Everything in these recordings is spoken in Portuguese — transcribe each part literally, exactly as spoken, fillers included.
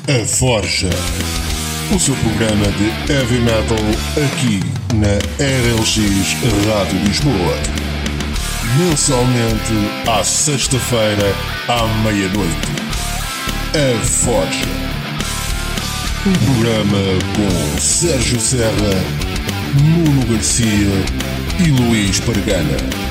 A Forja, o seu programa de heavy metal aqui na R L X Rádio Lisboa. Mensalmente à sexta-feira à meia-noite. A Forja, um programa com Sérgio Serra, Nuno Garcia e Luís Pargana.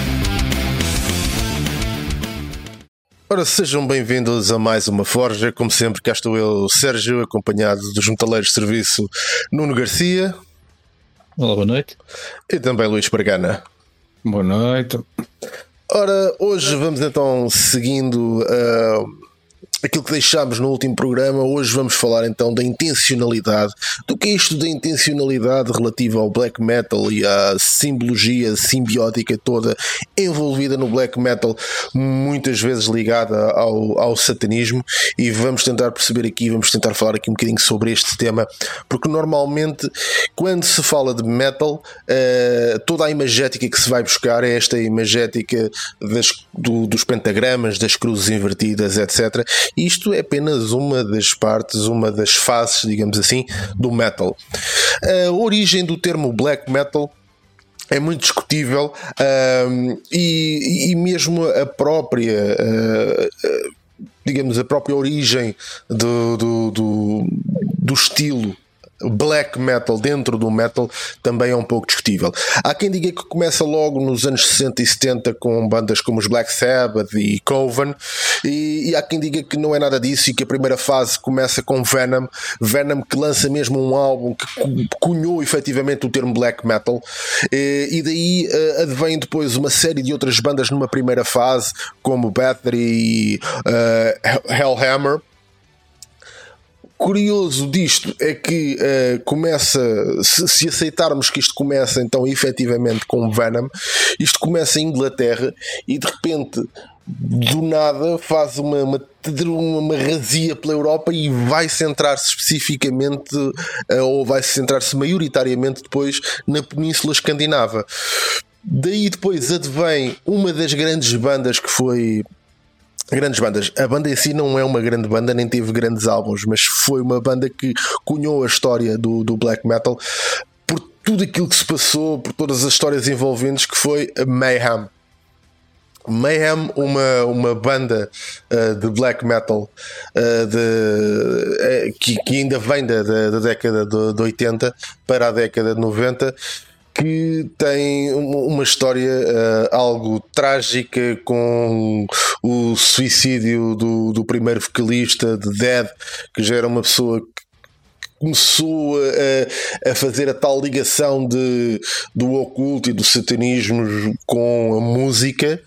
Ora, sejam bem-vindos a mais uma Forja. Como sempre, cá estou eu, Sérgio, acompanhado dos metaleiros de serviço Nuno Garcia. Olá, boa noite. E também Luís Pargana. Boa noite. Ora, hoje vamos então seguindo uh, aquilo que deixámos no último programa. Hoje vamos falar então da intencionalidade. Do que é isto da intencionalidade relativa ao black metal e à simbologia simbiótica toda envolvida no black metal, muitas vezes ligada ao, ao satanismo, e vamos tentar perceber aqui, vamos tentar falar aqui um bocadinho sobre este tema, porque normalmente quando se fala de metal, uh, toda a imagética que se vai buscar é esta imagética das, do, dos pentagramas, das cruzes invertidas, etcétera. Isto é apenas uma das partes, uma das faces, digamos assim, do metal. A origem do termo black metal é muito discutível, um, e, e mesmo a própria, uh, digamos, a própria origem do, do, do, do estilo black metal dentro do metal também é um pouco discutível. Há quem diga que começa logo nos anos sessenta e setenta com bandas como os Black Sabbath e Coven, e, e há quem diga que não é nada disso e que a primeira fase começa com Venom, Venom que lança mesmo um álbum que cunhou efetivamente o termo black metal, e, e daí uh, advém depois uma série de outras bandas numa primeira fase como Battery e uh, Hellhammer. Curioso disto é que uh, começa, se, se aceitarmos que isto começa então efetivamente com Venom, isto começa em Inglaterra e de repente do nada faz uma, uma, uma razia pela Europa e vai centrar-se especificamente uh, ou vai centrar-se maioritariamente depois na Península Escandinava. Daí depois advém uma das grandes bandas que foi... Grandes bandas. A banda em si não é uma grande banda, nem teve grandes álbuns, mas foi uma banda que cunhou a história do, do black metal por tudo aquilo que se passou, por todas as histórias envolventes, que foi a Mayhem. Mayhem, uma, uma banda uh, de black metal uh, de, uh, que, que ainda vem da, da, da década de, de oitenta para a década de noventa, que tem uma história uh, algo trágica, com o suicídio do, do primeiro vocalista de Dead, que já era uma pessoa que começou a, a fazer a tal ligação de, do oculto e do satanismo com a música.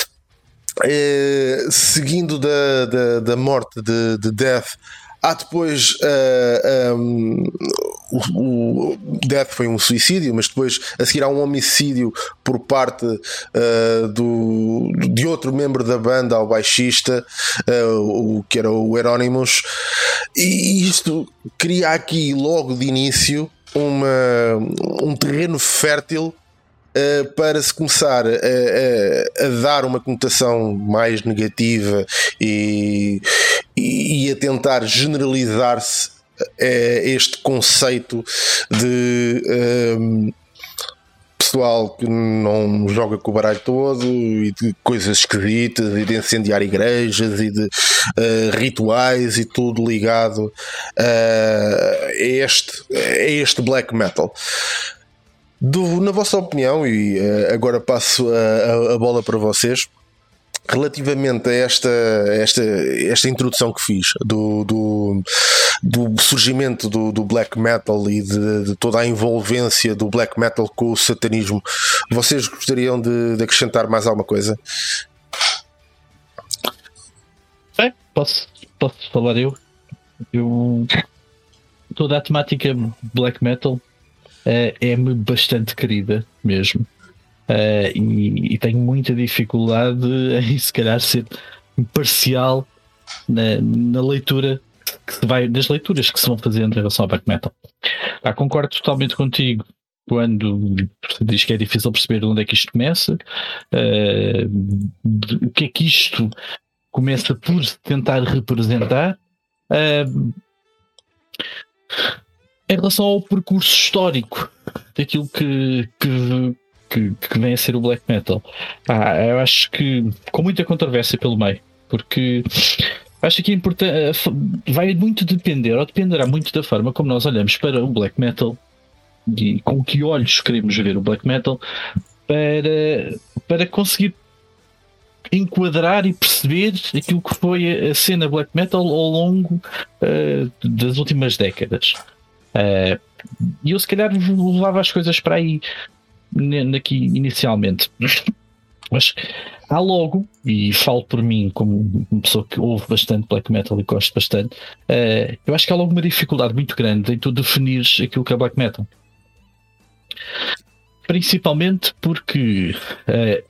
Uh, seguindo da, da, da morte de, de Death, há depois uh, um, o, o Death foi um suicídio, mas depois a seguir há um homicídio por parte uh, do, de outro membro da banda, ao baixista, uh, o, que era o Euronymous, e isto cria aqui logo de início uma, um terreno fértil Uh, para se começar a, a, a dar uma conotação mais negativa e, e, e a tentar generalizar-se uh, este conceito de um, pessoal que não joga com o baralho todo e de coisas esquisitas e de incendiar igrejas e de uh, rituais e tudo ligado uh, a, este, a este black metal. Do, na vossa opinião, e uh, agora passo a, a, a bola para vocês, relativamente a esta, esta, esta introdução que fiz do, do, do surgimento do, do black metal e de, de toda a envolvência do black metal com o satanismo, vocês gostariam de, de acrescentar mais alguma coisa? É, posso, posso falar eu. eu toda a temática black metal Uh, é-me bastante querida mesmo, uh, e, e tenho muita dificuldade em se calhar ser imparcial na, na leitura que se vai, das leituras que se vão fazendo em relação ao black metal. Ah, concordo totalmente contigo quando diz que é difícil perceber onde é que isto começa, uh, o que é que isto começa por tentar representar, Uh, em relação ao percurso histórico daquilo que, que, que, que vem a ser o black metal, ah, eu acho que com muita controvérsia pelo meio, porque acho que é importante, vai muito depender, ou dependerá muito da forma como nós olhamos para o black metal e com que olhos queremos ver o black metal para, para conseguir enquadrar e perceber aquilo que foi a cena black metal ao longo uh, das últimas décadas. E uh, eu se calhar levava as coisas para aí aqui inicialmente. Mas há logo, e falo por mim como uma pessoa que ouve bastante black metal e gosto bastante, uh, eu acho que há logo uma dificuldade muito grande em tu definires aquilo que é black metal. Principalmente porque uh,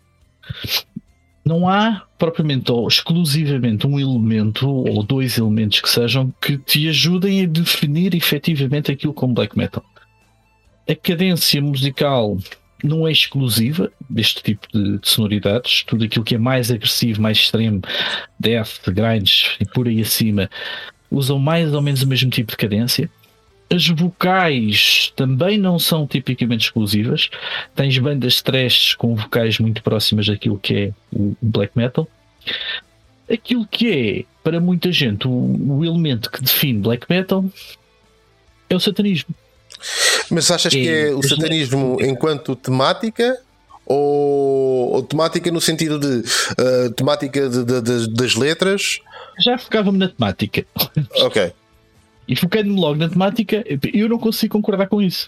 não há propriamente ou exclusivamente um elemento ou dois elementos que sejam que te ajudem a definir efetivamente aquilo como black metal. A cadência musical não é exclusiva deste tipo de, de sonoridades. Tudo aquilo que é mais agressivo, mais extremo, death, grinds e por aí acima, usam mais ou menos o mesmo tipo de cadência. As vocais também não são tipicamente exclusivas. Tens bandas de thrash com vocais muito próximas daquilo que é o black metal. Aquilo que é, para muita gente, o, o elemento que define black metal é o satanismo. Mas achas é, que é o satanismo enquanto temática ou, ou temática no sentido de uh, temática de, de, de, das letras? Já focava-me na temática. Ok. E focando-me logo na temática, eu não consigo concordar com isso.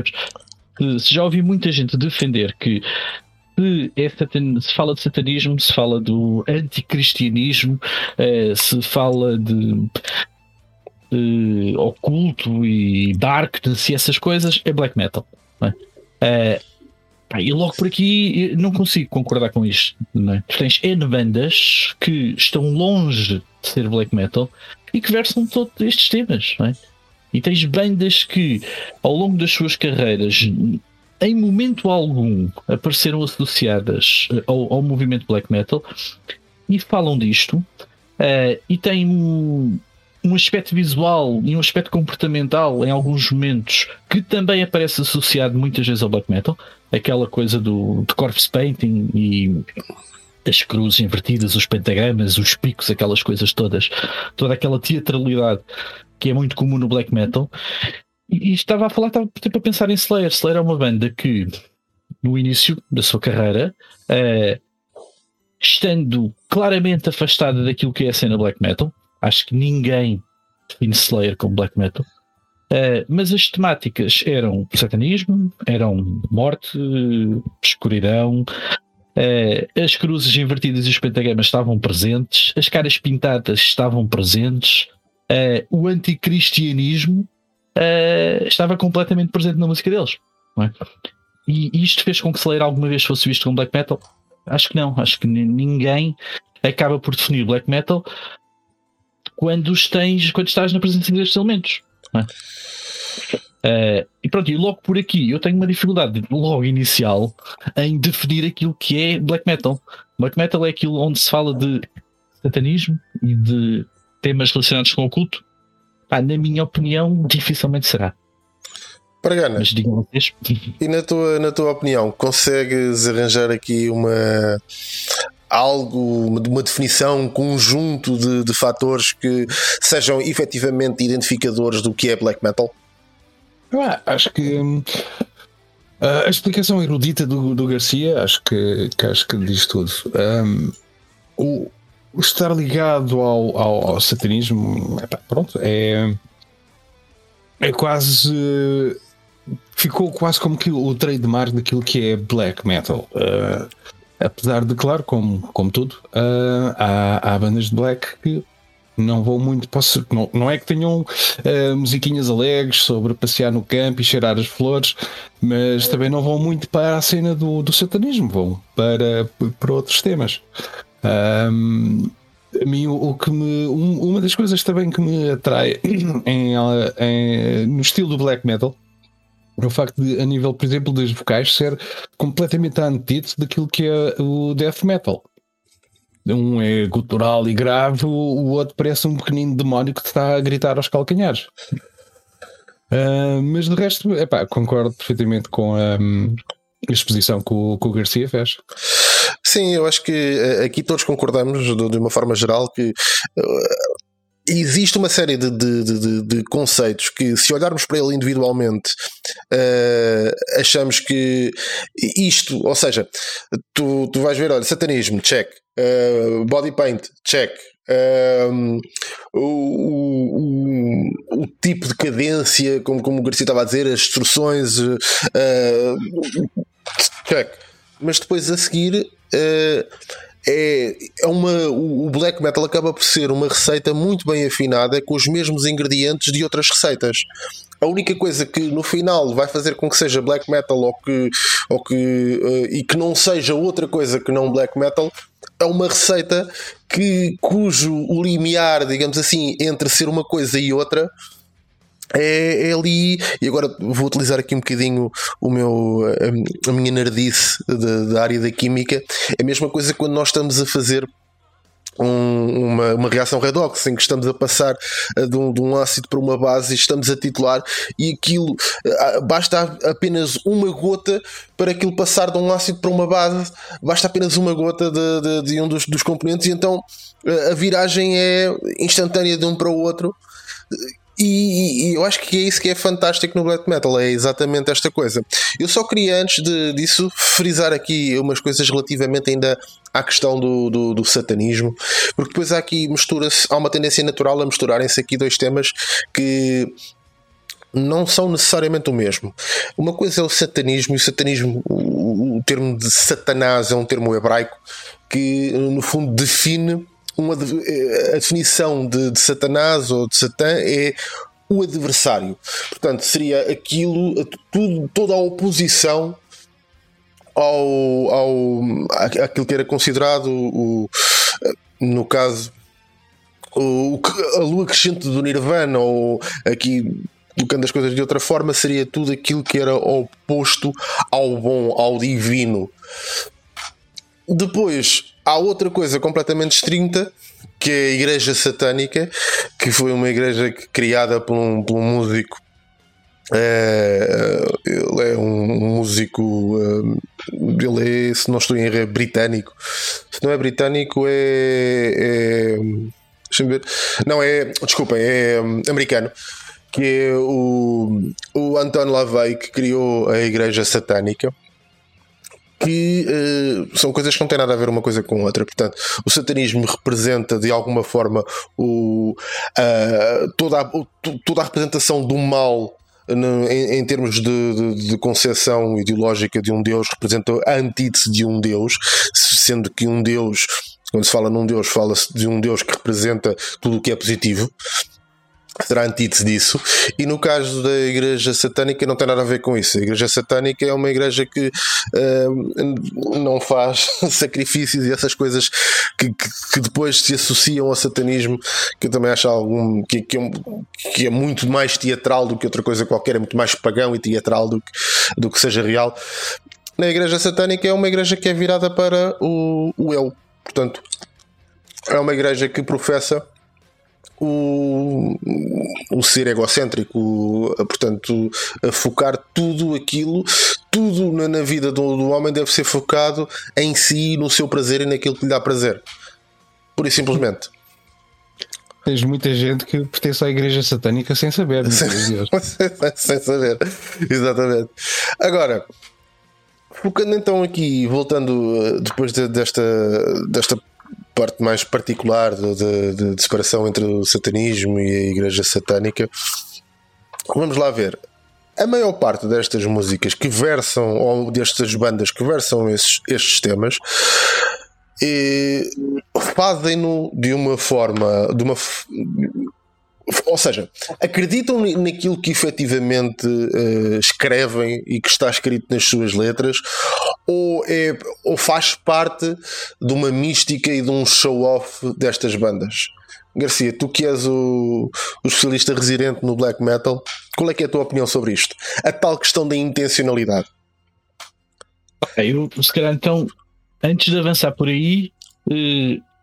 Se já ouvi muita gente defender que se, é satan... se fala de satanismo, se fala do anticristianismo, se fala de, de oculto e darkness e essas coisas, é black metal. Não é? E logo por aqui não consigo concordar com isto. Não é? Tu tens N bandas que estão longe de ser black metal e que versam todos estes temas, não é? E tens bandas que ao longo das suas carreiras em momento algum apareceram associadas ao, ao movimento black metal e falam disto, uh, e têm um, um aspecto visual e um aspecto comportamental em alguns momentos que também aparece associado muitas vezes ao black metal, aquela coisa do de corpse painting e as cruzes invertidas, os pentagramas, os picos, aquelas coisas todas, toda aquela teatralidade que é muito comum no black metal. E, e estava a falar, estava tipo, a pensar em Slayer. Slayer é uma banda que no início da sua carreira, uh, estando claramente afastada daquilo que é a cena black metal, acho que ninguém define Slayer como black metal, uh, mas as temáticas eram satanismo, eram morte, escuridão. Uh, as cruzes invertidas e os pentagramas estavam presentes, as caras pintadas estavam presentes, uh, o anticristianismo uh, estava completamente presente na música deles, não é? E isto fez com que Slayer alguma vez fosse visto como black metal? Acho que não, acho que ninguém acaba por definir black metal quando, os tens, quando estás na presença destes elementos, não é? Uh, e pronto, e logo por aqui eu tenho uma dificuldade logo inicial em definir aquilo que é black metal. Black metal é aquilo onde se fala de satanismo e de temas relacionados com o culto. Ah, na minha opinião, dificilmente será. Paragana, mas digam vocês. E na tua, na tua opinião, consegues arranjar aqui uma algo, uma definição, um conjunto de, de fatores que sejam efetivamente identificadores do que é black metal? Ah, acho que hum, a explicação erudita do, do Garcia acho que, que acho que diz tudo. Um, o, o estar ligado ao, ao, ao satanismo, epá, pronto, é é quase ficou quase como que o trademark daquilo que é black metal. Uh, apesar de, claro, como, como tudo, uh, há, há bandas de black que não vão muito, posso, não, não é que tenham uh, musiquinhas alegres sobre passear no campo e cheirar as flores, mas também não vão muito para a cena do, do satanismo, vão para, para outros temas. Um, a mim, o, o que me, um, uma das coisas também que me atrai em, em, no estilo do black metal é o facto de, a nível, por exemplo, das vocais, ser completamente a antítese daquilo que é o death metal. Um é gutural e grave, o outro parece um pequenino demónio que te está a gritar aos calcanhares. Uh, mas de resto, epá, concordo perfeitamente com a, a exposição que o, que o Garcia fez. Sim, eu acho que aqui todos concordamos de uma forma geral que uh, existe uma série de, de, de, de conceitos que, se olharmos para ele individualmente, uh, achamos que isto, ou seja, tu, tu vais ver, olha, satanismo, check, uh, body paint, check. Um, o, o, o tipo de cadência, como, como o Garcia estava a dizer, as instruções, uh, check. Mas depois a seguir uh, é, é uma, o black metal acaba por ser uma receita muito bem afinada com os mesmos ingredientes de outras receitas. A única coisa que no final vai fazer com que seja black metal ou que, ou que, uh, e que não seja outra coisa que não black metal é uma receita que, cujo limiar, digamos assim, entre ser uma coisa e outra é, é ali. E agora vou utilizar aqui um bocadinho o meu, a, a minha nerdice da, da área da química. É a mesma coisa quando nós estamos a fazer Um, uma, uma reação redox em que estamos a passar de um, de um ácido para uma base e estamos a titular, e aquilo basta apenas uma gota para aquilo passar de um ácido para uma base, basta apenas uma gota de, de, de um dos, dos componentes, e então a viragem é instantânea de um para o outro. E, e eu acho que é isso que é fantástico no black metal, é exatamente esta coisa. Eu só queria, antes de, disso, frisar aqui umas coisas relativamente ainda à questão do, do, do satanismo, porque depois há aqui mistura-se, há uma tendência natural a misturarem-se aqui dois temas que não são necessariamente o mesmo. Uma coisa é o satanismo, e o satanismo, o, o termo de Satanás é um termo hebraico que no fundo define uma, a definição de, de Satanás ou de Satã é o adversário. Portanto, seria aquilo, tudo, toda a oposição ao, ao aquilo que era considerado o, no caso o, a lua crescente do Nirvana, ou aqui colocando as coisas de outra forma, seria tudo aquilo que era oposto ao bom, ao divino. Depois há outra coisa completamente distinta, que é a Igreja Satânica, que foi uma igreja criada por um, por um músico. É, ele é um músico, ele é, se não estou em erro, é britânico. Se não é britânico, é, é deixa-me ver. Não, é, desculpem, é americano, que é o, o Anton LaVey, que criou a Igreja Satânica. Que uh, são coisas que não têm nada a ver uma coisa com outra. Portanto, o satanismo representa de alguma forma o, uh, toda, a, o, toda a representação do mal no, em, em termos de, de, de concepção ideológica de um Deus, representa a antítese de um Deus, sendo que um Deus, quando se fala num Deus, fala-se de um Deus que representa tudo o que é positivo. Será antítese disso. E no caso da Igreja Satânica não tem nada a ver com isso. A Igreja Satânica é uma igreja que uh, não faz sacrifícios e essas coisas que, que, que depois se associam ao satanismo, que eu também acho algum, que, que, é, que é muito mais teatral do que outra coisa qualquer, é muito mais pagão e teatral do que, do que seja real. Na Igreja Satânica é uma igreja que é virada para o, o eu. Portanto, é uma igreja que professa O, o ser egocêntrico, o, portanto, a focar tudo aquilo, tudo na, na vida do, do homem deve ser focado em si, no seu prazer e naquilo que lhe dá prazer, pura e simplesmente. Tens muita gente que pertence à Igreja Satânica sem saber, sem, sem saber, exatamente. Agora, focando então aqui, voltando depois de, desta, desta parte mais particular de, de, de separação entre o satanismo e a Igreja Satânica, vamos lá ver. A maior parte destas músicas que versam, ou destas bandas que versam esses, estes temas, e fazem-no de uma forma, de uma, ou seja, acreditam naquilo que efetivamente uh, escrevem e que está escrito nas suas letras, ou, é, ou faz parte de uma mística e de um show-off destas bandas? Garcia, tu que és o, o especialista residente no black metal, qual é que é a tua opinião sobre isto? A tal questão da intencionalidade. Eu, se calhar, então, antes de avançar por aí,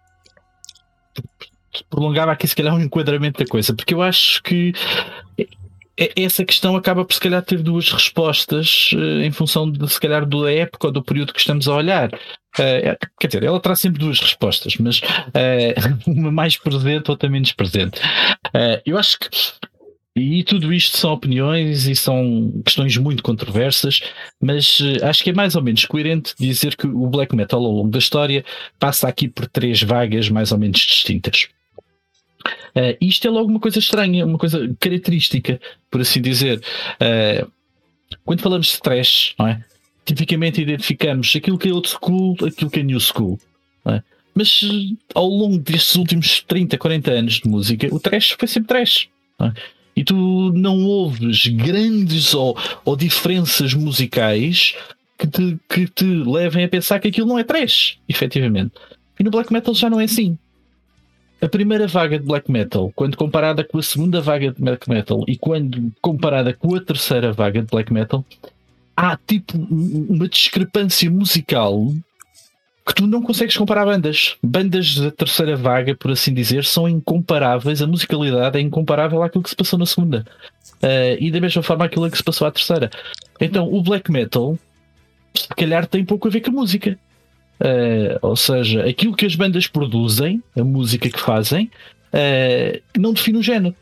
prolongava aqui se calhar um enquadramento da coisa, porque eu acho que essa questão acaba por se calhar ter duas respostas uh, em função de se calhar da época ou do período que estamos a olhar. Uh, quer dizer, ela traz sempre duas respostas, mas uh, uma mais presente, outra menos presente. Uh, eu acho que, e tudo isto são opiniões e são questões muito controversas, mas uh, acho que é mais ou menos coerente dizer que o black metal ao longo da história passa aqui por três vagas mais ou menos distintas. Uh, isto é logo uma coisa estranha, uma coisa característica, por assim dizer. Uh, quando falamos de thrash, não é? Tipicamente identificamos aquilo que é old school, aquilo que é new school. Não é? Mas ao longo destes últimos trinta, quarenta anos de música, o thrash foi sempre thrash. Não é? E tu não ouves grandes ou, ou diferenças musicais que te, que te levem a pensar que aquilo não é thrash, efetivamente. E no black metal já não é assim. A primeira vaga de black metal, quando comparada com a segunda vaga de black metal e quando comparada com a terceira vaga de black metal, há tipo uma discrepância musical que tu não consegues comparar bandas. Bandas da terceira vaga, por assim dizer, são incomparáveis. A musicalidade é incomparável àquilo que se passou na segunda. Uh, e da mesma forma àquilo que se passou à terceira. Então o black metal, se calhar, tem pouco a ver com a música. Uh, ou seja, aquilo que as bandas produzem, a música que fazem, uh, não define o género.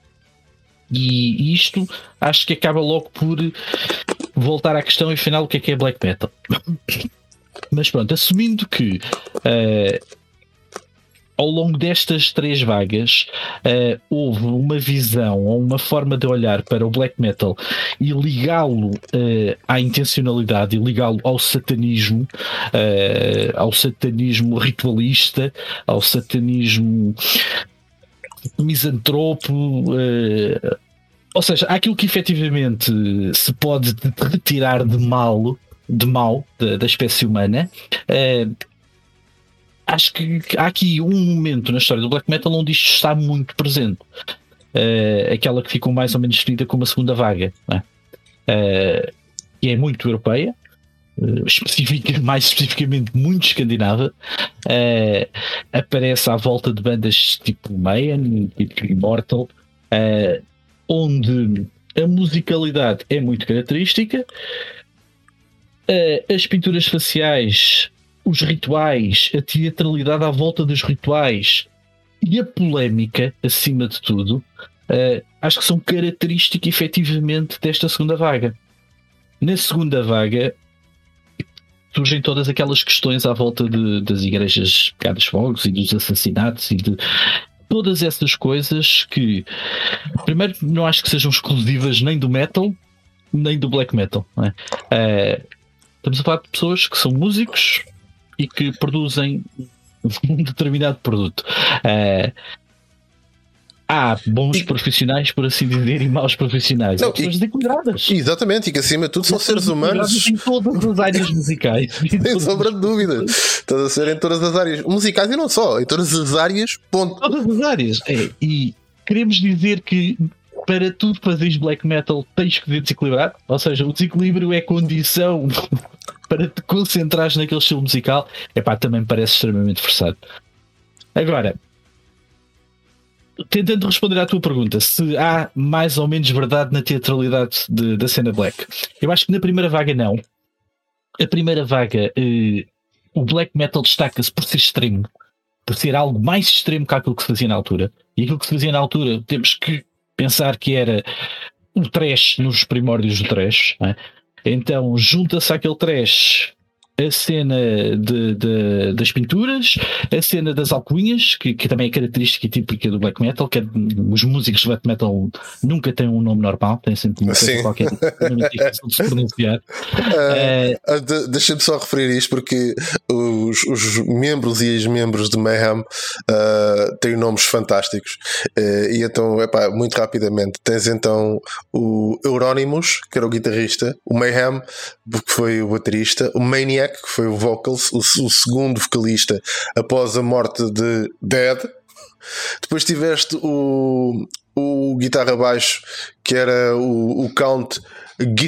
E isto acho que acaba logo por voltar à questão, afinal, o que é que é black metal. Mas pronto, assumindo que uh, ao longo destas três vagas uh, houve uma visão ou uma forma de olhar para o black metal e ligá-lo uh, à intencionalidade e ligá-lo ao satanismo, uh, ao satanismo ritualista, ao satanismo misantropo, uh, ou seja, aquilo que efetivamente se pode retirar de mal, de mal da, da espécie humana. Uh, Acho que há aqui um momento na história do black metal onde isto está muito presente. Uh, aquela que ficou mais ou menos definida como a segunda vaga, não é? Uh, que é muito europeia, uh, especifica, mais especificamente muito escandinava. Uh, aparece à volta de bandas tipo Mayhem, tipo Immortal, uh, onde a musicalidade é muito característica. Uh, as pinturas faciais, os rituais, a teatralidade à volta dos rituais e a polémica, acima de tudo, uh, acho que são características efetivamente desta segunda vaga. Na segunda vaga surgem todas aquelas questões à volta de, das igrejas pegadas fogos e dos assassinatos e de todas essas coisas que, primeiro, não acho que sejam exclusivas nem do metal nem do black metal. Não é? Uh, estamos a falar de pessoas que são músicos e que produzem um determinado produto. Uh, há bons profissionais, por assim dizer, e maus profissionais. Não, há pessoas desequilibradas. Exatamente, e que acima de tudo são seres humanos. Em todas as áreas musicais. Sem sombra de dúvida. Estás a ser em todas as áreas musicais e não só, em todas as áreas, ponto. Todas as áreas. É, e queremos dizer que para tu fazeres black metal tens que desequilibrar, ou seja, o desequilíbrio é condição para te concentrares naquele estilo musical. Epá, também me parece extremamente forçado. Agora, tentando responder à tua pergunta, se há mais ou menos verdade na teatralidade de, da cena black, eu acho que na primeira vaga não. A primeira vaga, eh, o black metal destaca-se por ser extremo, por ser algo mais extremo que aquilo que se fazia na altura. E aquilo que se fazia na altura, temos que pensar que era o thrash nos primórdios do thrash, não é? Então junta-se àquele thrash a cena de, de, das pinturas, a cena das alcunhas, que, que também é característica e típica do black metal, que é, os músicos de black metal nunca têm um nome normal, têm sempre uma coisa qualquer difícil de se pronunciar. Uh, uh, de, Deixa-me só referir isto, porque os, os membros e ex-membros de Mayhem uh, têm nomes fantásticos. Uh, e então, epá, muito rapidamente, tens então o Euronymous, que era o guitarrista, o Mayhem, que foi o baterista, o Maniac, que foi o vocals, o, o segundo vocalista após a morte de Dead. Depois tiveste o, o guitarra baixo, que era o, o Count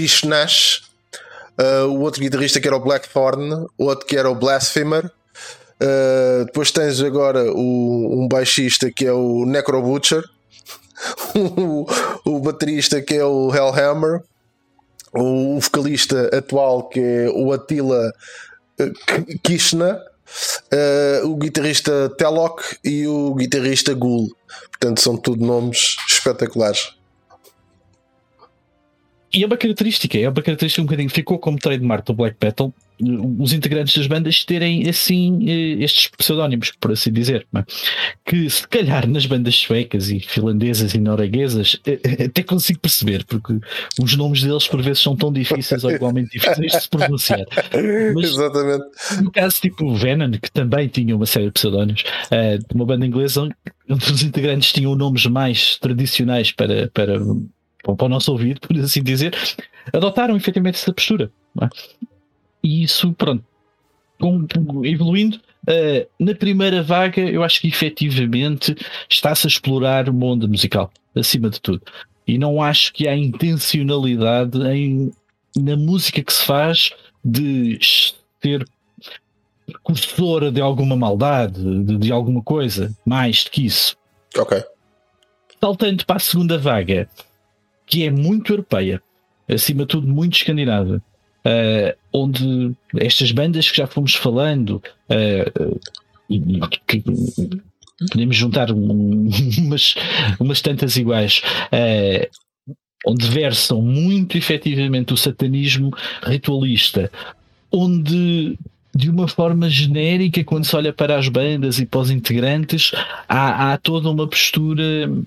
Grishnash, uh, o outro guitarrista que era o Blackthorn, o outro que era o Blasphemer, Uh, depois tens agora o, um baixista que é o Necro Butcher, o, o baterista que é o Hellhammer, o vocalista atual que é o Attila Kishna, uh, o guitarrista Telok e o guitarrista Ghoul. Portanto, são tudo nomes espetaculares. E é uma característica, é uma característica um bocadinho, ficou como trademark do black metal, os integrantes das bandas terem assim estes pseudónimos, por assim dizer, que se calhar nas bandas suecas e finlandesas e norueguesas até consigo perceber, porque os nomes deles por vezes são tão difíceis ou igualmente difíceis de se pronunciar. Mas, exatamente. No caso tipo Venom, que também tinha uma série de pseudónimos, de uma banda inglesa onde os integrantes tinham nomes mais tradicionais para, para para o nosso ouvido, por assim dizer, adotaram efetivamente essa postura. Não é? E isso, pronto, com, evoluindo, uh, na primeira vaga, eu acho que efetivamente está-se a explorar uma onda musical, acima de tudo. E não acho que há intencionalidade em, na música que se faz de ser precursora de alguma maldade, de, de alguma coisa, mais do que isso. Ok. Saltando para a segunda vaga, que é muito europeia, acima de tudo muito escandinava, uh, onde estas bandas que já fomos falando, uh, e, que podemos juntar um, umas, umas tantas iguais, uh, onde versam muito efetivamente o satanismo ritualista, onde de uma forma genérica, quando se olha para as bandas e para os integrantes, há, há toda uma postura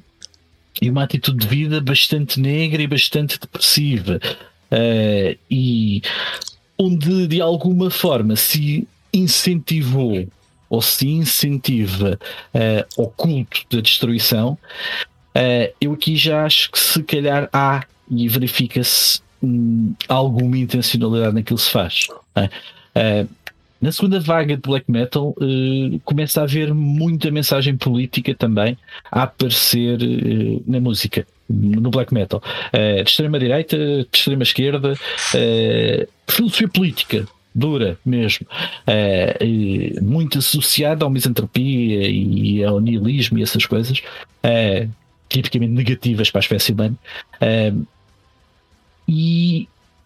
e uma atitude de vida bastante negra e bastante depressiva, uh, e onde de alguma forma se incentivou ou se incentiva uh, o culto da destruição. Uh, eu aqui já acho que se calhar há e verifica-se hum, alguma intencionalidade naquilo que se faz. Uh, uh, Na segunda vaga de black metal uh, começa a haver muita mensagem política também a aparecer uh, na música, no black metal. Uh, de extrema direita, de extrema esquerda, uh, filosofia política dura mesmo, uh, uh, muito associada à misantropia e ao nihilismo e essas coisas, uh, tipicamente negativas para a espécie humana. Uh, e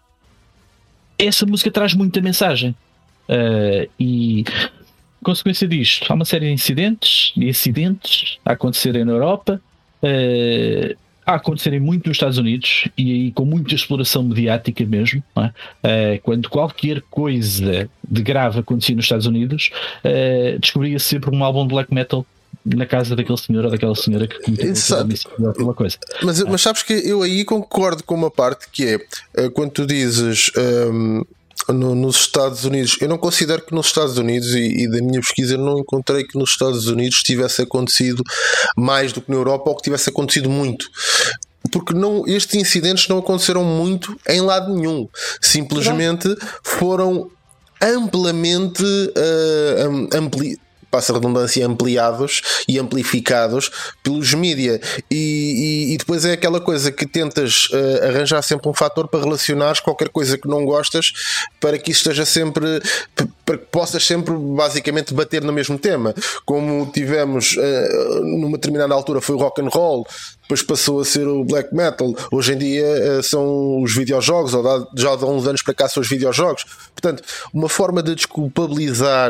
essa música traz muita mensagem. Uh, e consequência disto, há uma série de incidentes e acidentes a acontecerem na Europa, uh, a acontecerem muito nos Estados Unidos e aí com muita exploração mediática mesmo, não é? Uh, quando qualquer coisa de grave acontecia nos Estados Unidos, uh, descobria sempre um álbum de black metal na casa daquele senhor ou daquela senhora que cometeu alguma coisa. Mas, mas sabes que eu aí concordo com uma parte que é quando tu dizes um... No, nos Estados Unidos, eu não considero que nos Estados Unidos, e, e da minha pesquisa eu não encontrei que nos Estados Unidos tivesse acontecido mais do que na Europa, ou que tivesse acontecido muito, porque não, estes incidentes não aconteceram muito em lado nenhum, simplesmente foram amplamente uh, ampli passa a redundância, ampliados e amplificados pelos mídia, e, e, e depois é aquela coisa que tentas uh, arranjar sempre um fator para relacionares qualquer coisa que não gostas, para que isso esteja sempre, para que possas sempre basicamente bater no mesmo tema, como tivemos uh, numa determinada altura foi o rock and roll, depois passou a ser o black metal, hoje em dia uh, são os videojogos, ou dá, já há uns anos para cá são os videojogos. Portanto, uma forma de desculpabilizar,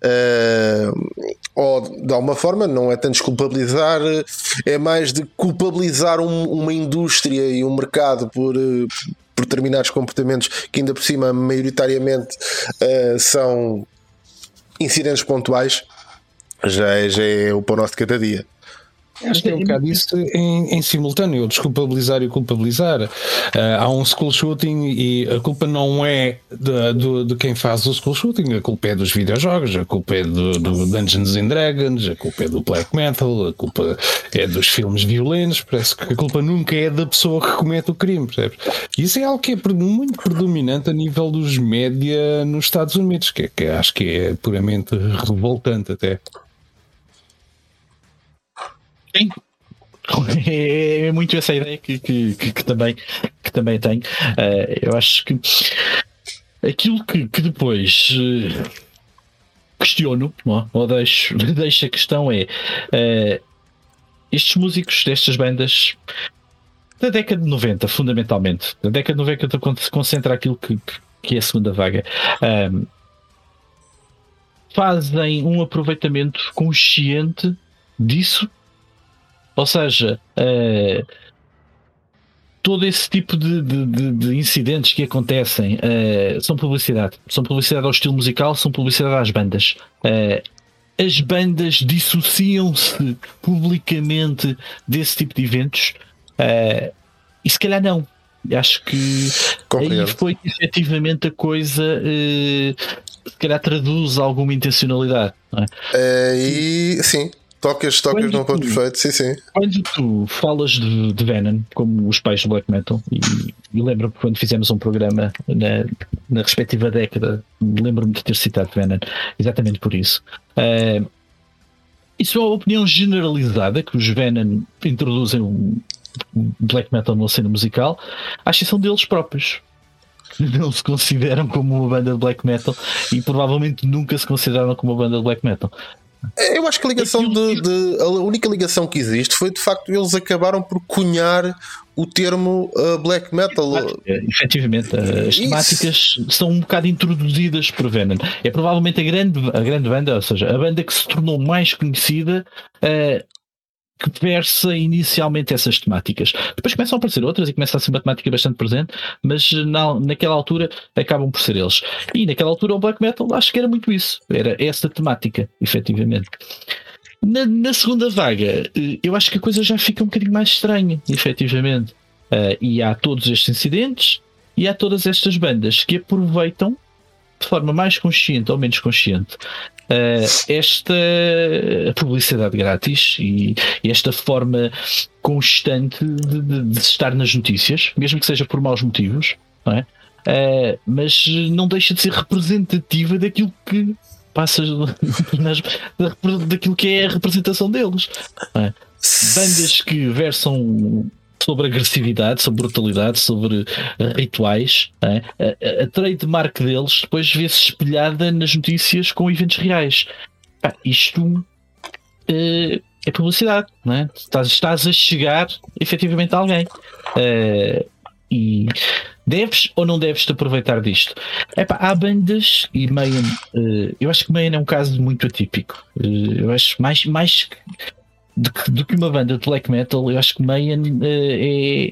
uh, ou de alguma forma não é tanto desculpabilizar, é mais de culpabilizar um, uma indústria e um mercado por, uh, por determinados comportamentos que ainda por cima maioritariamente uh, são incidentes pontuais. Já é, já é o pão nosso de cada dia. Acho que é um bocado isso em, em simultâneo, desculpabilizar e culpabilizar. Uh, há um school shooting e a culpa não é de, de, de quem faz o school shooting, a culpa é dos videojogos, a culpa é do, do Dungeons and Dragons, a culpa é do black metal, a culpa é dos filmes violentos. Parece que a culpa nunca é da pessoa que comete o crime, percebes? E isso é algo que é muito predominante a nível dos média nos Estados Unidos, que, que acho que é puramente revoltante até. Sim. É muito essa ideia que, que, que, que também, que também tenho. Uh, eu acho que aquilo que, que depois uh, questiono, não, ou deixo, deixo a questão é uh, estes músicos destas bandas da década de noventa, fundamentalmente, da década de noventa se concentra aquilo que, que é a segunda vaga, um, fazem um aproveitamento consciente disso, ou seja, uh, todo esse tipo de, de, de, de incidentes que acontecem uh, são publicidade. São publicidade ao estilo musical, são publicidade às bandas. Uh, as bandas dissociam-se publicamente desse tipo de eventos uh, e se calhar não. Acho que Compreendo. Aí foi efetivamente a coisa uh, se calhar traduz alguma intencionalidade. Não é? Uh, e sim. Tocas, tocas Quando num ponto tu- perfeito, sim, sim. Quando tu falas de, de Venom, como os pais do black metal, e, e lembro-me quando fizemos um programa na, na respectiva década, lembro-me de ter citado Venom, exatamente por isso. Uh, isso é uma opinião generalizada que os Venom introduzem um black metal na cena musical, à exceção deles próprios. Não se consideram como uma banda de black metal e provavelmente nunca se consideraram como uma banda de black metal. Eu acho que a ligação de, de- a única ligação que existe foi de facto eles acabaram por cunhar o termo uh, black metal. É, efetivamente, as Isso. temáticas são um bocado introduzidas por Venom. É provavelmente a grande, a grande banda, ou seja, a banda que se tornou mais conhecida, uh, que versa inicialmente essas temáticas. Depois começam a aparecer outras e começa a ser uma temática bastante presente, mas na, naquela altura acabam por ser eles. E naquela altura o black metal acho que era muito isso. Era essa temática, efetivamente. Na, na segunda vaga, eh, eu acho que a coisa já fica um bocadinho mais estranha, efetivamente. Uh, e há todos estes incidentes e há todas estas bandas que aproveitam de forma mais consciente ou menos consciente uh, esta publicidade grátis e, e esta forma constante de, de, de estar nas notícias, mesmo que seja por maus motivos, não é? Uh, mas não deixa de ser representativa daquilo que passa nas, da, daquilo que é a representação deles, não é? Bandas que versam sobre agressividade, sobre brutalidade, sobre rituais, é? a, a, a trademark deles depois vê-se espelhada nas notícias com eventos reais. Pá, isto é, é publicidade, não é? Estás, estás a chegar efetivamente a alguém. É, e deves ou não deves te aproveitar disto? Epá, há bandas e Mayhem, uh, eu acho que Mayhem é um caso muito atípico. Uh, eu acho mais, mais do que, do que uma banda de black metal, eu acho que Mayhem uh, é,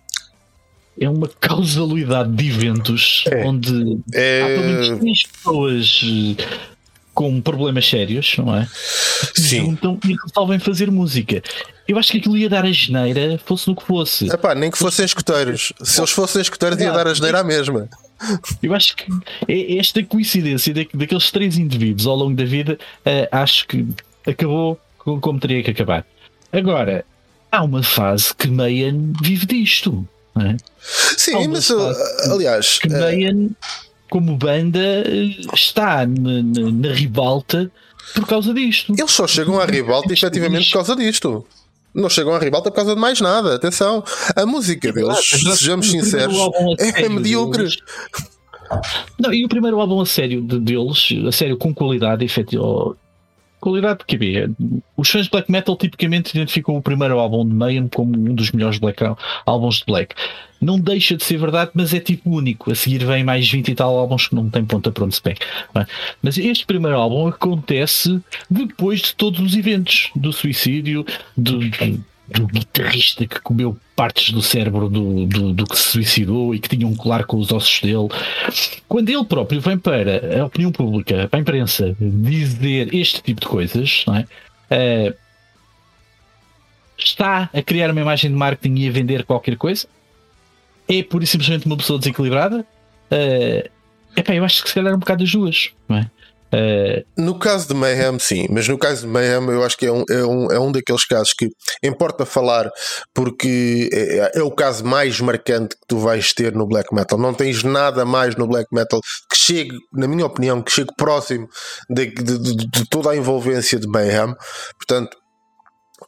é uma causalidade de eventos É. onde É... há pelo menos três pessoas uh, com problemas sérios, não é? Que se Sim. juntam e resolvem fazer música. Eu acho que aquilo ia dar a geneira, fosse no que fosse. Epá, nem que fossem escuteiros. Se eles fossem escuteiros, ia dar a geneira à mesma. Eu acho que é esta coincidência da- daqueles três indivíduos ao longo da vida, uh, acho que acabou com- como teria que acabar. Agora, há uma fase que Mayhem vive disto, não é? Sim, Há uma mas fase uh, aliás, que uh, Mayhem, como banda, uh, está na, na, na ribalta por causa disto. eles só chegam à ribalta efetivamente por causa disto. Não chegam à ribalta por causa de mais nada. Atenção, a música deles, É verdade, sejamos o primeiro sinceros, álbum a é sério medíocre. deles- Não, e o primeiro álbum a sério de- deles, a sério com qualidade, efetivamente. Qualidade, porque bem, os fãs de black metal tipicamente identificam o primeiro álbum de Mayhem como um dos melhores black álbuns de black. Não deixa de ser verdade, mas é tipo único. A seguir vem mais vinte e tal álbuns que não têm ponta para onde se pega. não é? Mas este primeiro álbum acontece depois de todos os eventos do suicídio, do, do, do guitarrista que comeu partes do cérebro do, do, do que se suicidou e que tinha um colar com os ossos dele. Quando ele próprio vem para a opinião pública, para a imprensa, dizer este tipo de coisas, não é? Eh, está a criar uma imagem de marketing e a vender qualquer coisa? É pura e simplesmente uma pessoa desequilibrada? É epá, eu acho que se calhar é um bocado das duas, não é? Eh, No caso de Mayhem, sim, mas no caso de Mayhem, eu acho que é um, é um, é um daqueles casos que importa falar porque é, é o caso mais marcante que tu vais ter no black metal. Não tens nada mais no black metal que chegue, na minha opinião, que chegue próximo de, de, de, de toda a envolvência de Mayhem. Portanto,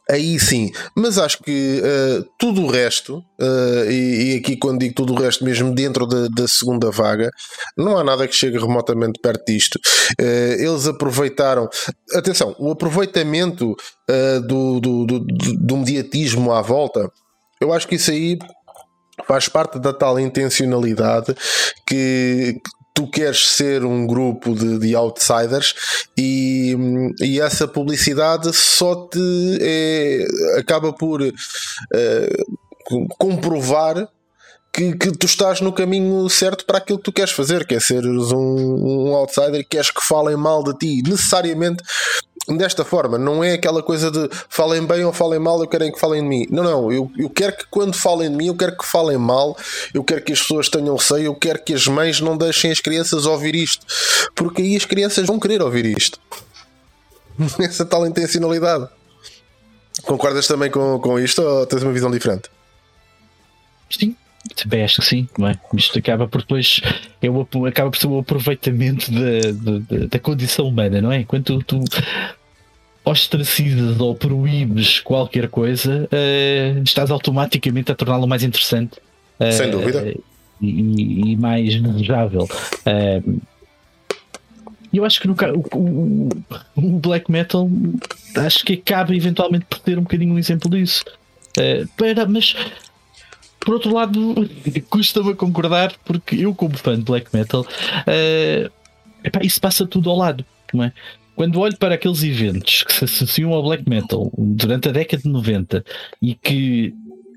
aí sim, mas acho que uh, tudo o resto, uh, e, e aqui quando digo tudo o resto, mesmo dentro da, da segunda vaga, não há nada que chegue remotamente perto disto. Uh, eles aproveitaram, atenção, o aproveitamento uh, do, do, do, do mediatismo à volta, eu acho que isso aí faz parte da tal intencionalidade que tu queres ser um grupo de, de outsiders e, e essa publicidade só te é, acaba por uh, comprovar que, que tu estás no caminho certo para aquilo que tu queres fazer, que é seres um, um outsider e queres que falem mal de ti, necessariamente desta forma. Não é aquela coisa de falem bem ou falem mal, eu quero que falem de mim. Não, não, eu, eu quero que quando falem de mim, eu quero que falem mal, eu quero que as pessoas tenham receio, eu quero que as mães não deixem as crianças ouvir isto, porque aí as crianças vão querer ouvir isto. Essa tal intencionalidade. Concordas também com, com isto ou tens uma visão diferente? Sim, também acho que sim, não é? Isto acaba por depois é o, acaba por ser o aproveitamento da, da, da condição humana, não é? Quando tu, tu ostracizas ou proíbes qualquer coisa, uh, estás automaticamente a torná-lo mais interessante, uh, sem dúvida, e, e mais desejável. Uh, eu acho que no o, o black metal acho que acaba eventualmente por ter um bocadinho um exemplo disso. Uh, para, mas por outro lado, custa-me a concordar, porque eu, como fã de black metal, uh, epá, isso passa tudo ao lado, não é? Quando olho para aqueles eventos que se associam ao black metal durante a década de noventa e que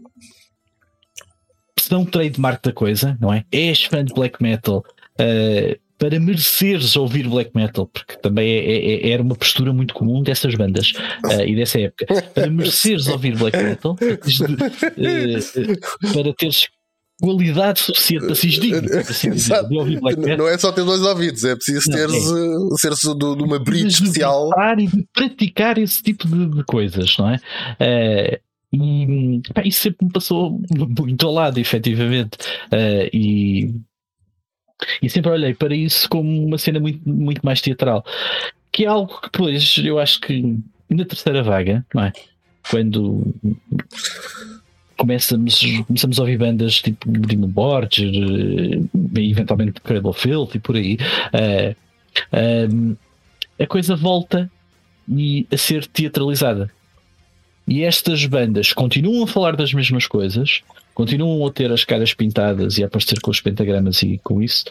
são trademark da coisa, não é? És fã de black metal uh, para mereceres ouvir black metal, porque também é, é, era uma postura muito comum dessas bandas uh, e dessa época. Para mereceres ouvir black metal, de, uh, para teres qualidade suficiente para seres digno, assim dizer, de ouvir black metal. Não é só ter dois ouvidos, é preciso não, teres, é. ser de, de uma bridge especial e de praticar esse tipo de, de coisas, não é? Uh, e pá, isso sempre me passou muito ao lado, efetivamente. Uh, e E sempre olhei para isso como uma cena muito, muito mais teatral, que é algo que depois eu acho que na terceira vaga, não é? Quando começamos, começamos a ouvir bandas tipo Dino Borger, eventualmente Cradle of Filth e por aí, uh, uh, a coisa volta e a ser teatralizada. E estas bandas continuam a falar das mesmas coisas, continuam a ter as caras pintadas e a aparecer com os pentagramas e com isso,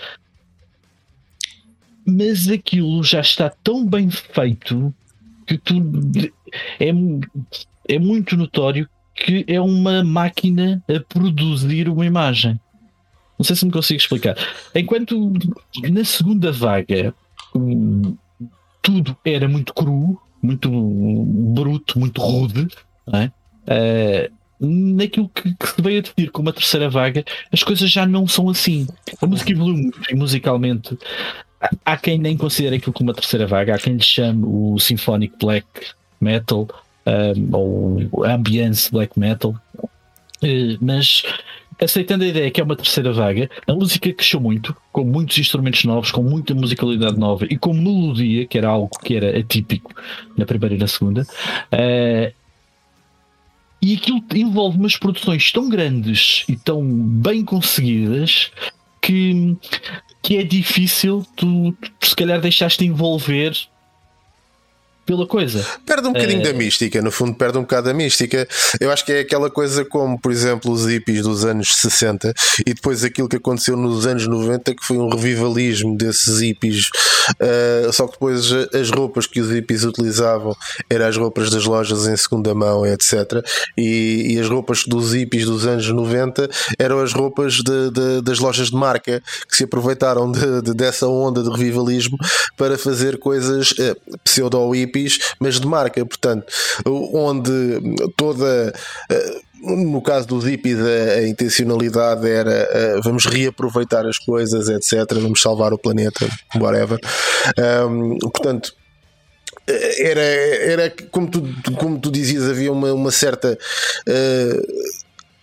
mas aquilo já está tão bem feito que tu, é, é muito notório que é uma máquina a produzir uma imagem. Não sei se me consigo explicar. Enquanto na segunda vaga tudo era muito cru, muito bruto, muito rude, não é? Uh, naquilo que, que se veio a definir como a terceira vaga, as coisas já não são assim. A música evoluiu muito e musicalmente há, há quem nem considere aquilo como uma terceira vaga, há quem lhe chame o symphonic black metal um, ou ambience black metal, uh, mas aceitando a ideia que é uma terceira vaga, a música cresceu muito, com muitos instrumentos novos, com muita musicalidade nova e com melodia, que era algo que era atípico na primeira e na segunda. Uh, e aquilo envolve umas produções tão grandes e tão bem conseguidas que, que é difícil tu, tu se calhar deixaste envolver pela coisa. Perde um bocadinho uh... da mística, no fundo perde um bocado da mística. Eu acho que é aquela coisa como, por exemplo, os hippies dos anos sessenta e depois aquilo que aconteceu nos anos noventa, que foi um revivalismo desses hippies, uh, só que depois as roupas que os hippies utilizavam eram as roupas das lojas em segunda mão, etcétera. E, e as roupas dos hippies dos anos noventa eram as roupas de, de, das lojas de marca, que se aproveitaram de, de, dessa onda de revivalismo para fazer coisas uh, pseudo-hippies, mas de marca, portanto, onde toda, no caso dos hippies, a, a intencionalidade era uh, vamos reaproveitar as coisas, etcétera, vamos salvar o planeta, whatever. Um, portanto, era, era como, tu, como tu dizias, havia uma, uma certa uh,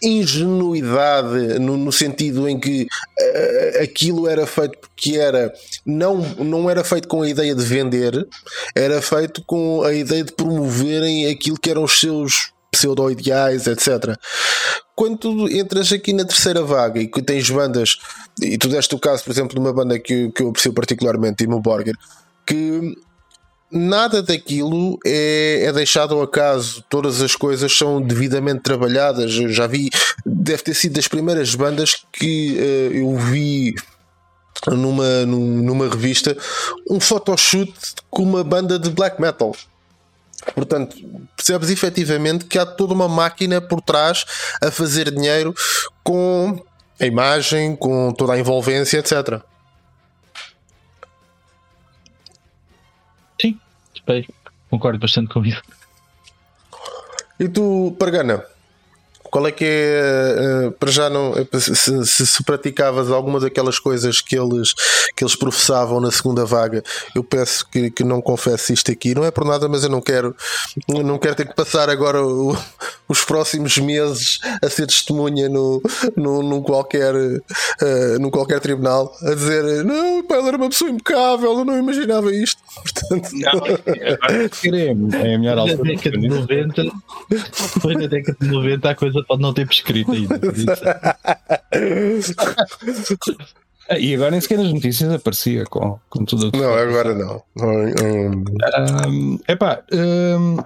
ingenuidade no, no sentido em que uh, aquilo era feito porque era não, não era feito com a ideia de vender, era feito com a ideia de promoverem aquilo que eram os seus pseudo-ideais, etcétera. Quando tu entras aqui na terceira vaga e que tens bandas, e tu deste o caso, por exemplo, de uma banda que, que eu aprecio particularmente, Timo Borger, que nada daquilo é, é deixado ao acaso, todas as coisas são devidamente trabalhadas. Eu já vi, deve ter sido das primeiras bandas que uh, eu vi numa, numa revista um photoshoot com uma banda de black metal. Portanto, percebes efetivamente que há toda uma máquina por trás a fazer dinheiro com a imagem, com toda a envolvência, etcétera. Sim, bem, concordo bastante com isso. E tu, Pargana, qual é que é, uh, para já não, se, se, se praticavas alguma daquelas coisas que eles, que eles professavam na segunda vaga? Eu peço que, que não confesse isto aqui, não é por nada, mas eu não quero, não quero ter que passar agora o, os próximos meses a ser testemunha no, no, num, qualquer, uh, num qualquer tribunal a dizer: não, pá, ele era uma pessoa impecável, eu não imaginava isto. Portanto, não, é a melhor altura. Na década de noventa, foi na década de noventa a coisa pode não ter prescrito ainda. E agora nem sequer nas notícias aparecia com, com tudo. Não, agora não. Um... Um, epá, um,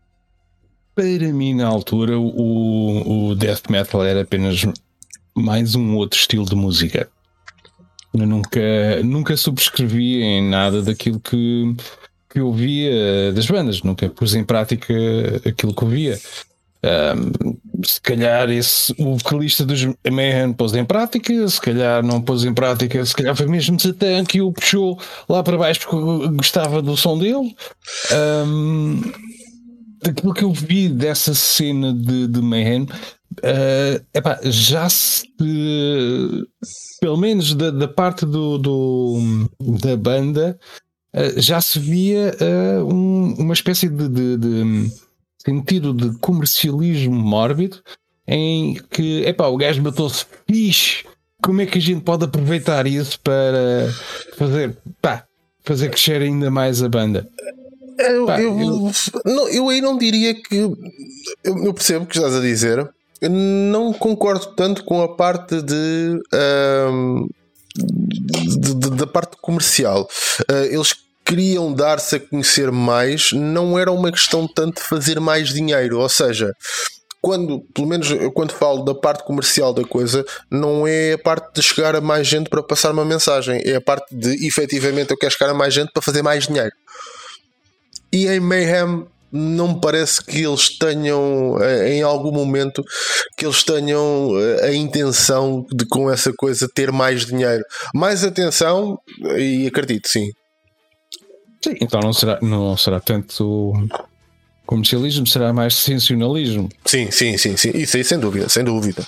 para mim na altura o, o death metal era apenas mais um outro estilo de música. Eu nunca, nunca subscrevi em nada daquilo que, que eu via das bandas, nunca pus em prática aquilo que eu via. Um, se calhar esse, o vocalista dos Mayhem pôs em prática, se calhar não pôs em prática, se calhar foi mesmo Satan que o puxou lá para baixo porque gostava do som dele. Um, daquilo que eu vi dessa cena de, de Mayhem, uh, epá, já se uh, pelo menos da, da parte do, do, da banda uh, já se via uh, um, uma espécie de, de, de sentido de comercialismo mórbido, em que epá, o gajo matou-se fixe, como é que a gente pode aproveitar isso para fazer, pá, fazer crescer ainda mais a banda? Eu, Pá, eu, eu... Não, eu aí não diria que eu, eu percebo o que estás a dizer. Eu não concordo tanto com a parte de, um, de, de da parte comercial. Uh, eles queriam dar-se a conhecer mais, não era uma questão tanto de fazer mais dinheiro, ou seja, quando, pelo menos eu quando falo da parte comercial da coisa, não é a parte de chegar a mais gente para passar uma mensagem, é a parte de efetivamente eu quero chegar a mais gente para fazer mais dinheiro. E em Mayhem não me parece que eles tenham em algum momento que eles tenham a intenção de com essa coisa ter mais dinheiro, mais atenção, e acredito, sim. Sim, então não será, não será tanto comercialismo, será mais sensacionalismo. Sim, sim, sim, sim. Isso aí sem dúvida, sem dúvida.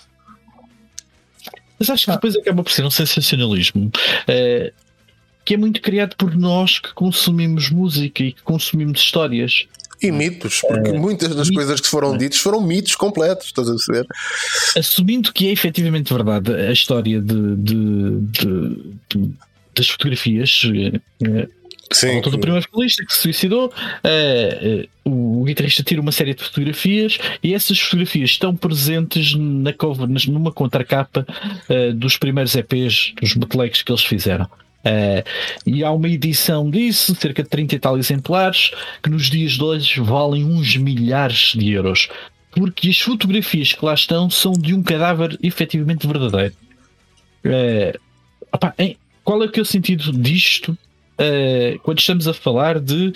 Mas acho que depois acaba por ser um sensacionalismo uh, que é muito criado por nós que consumimos música e que consumimos histórias. E mitos, porque uh, muitas das mitos, coisas que foram ditas foram mitos completos, estás a perceber? Assumindo que é efetivamente verdade a história de, de, de, de das fotografias. Uh, Sim, do primeiro vocalista que se suicidou, uh, uh, o guitarrista tira uma série de fotografias e essas fotografias estão presentes na cover, numa contracapa uh, dos primeiros E Ps, dos bootlegs que eles fizeram. Uh, e há uma edição disso, cerca de trinta e tal exemplares, que nos dias de hoje valem uns milhares de euros, porque as fotografias que lá estão são de um cadáver efetivamente verdadeiro. Uh, opa, hein, qual é que é o sentido disto? Uh, quando estamos a falar de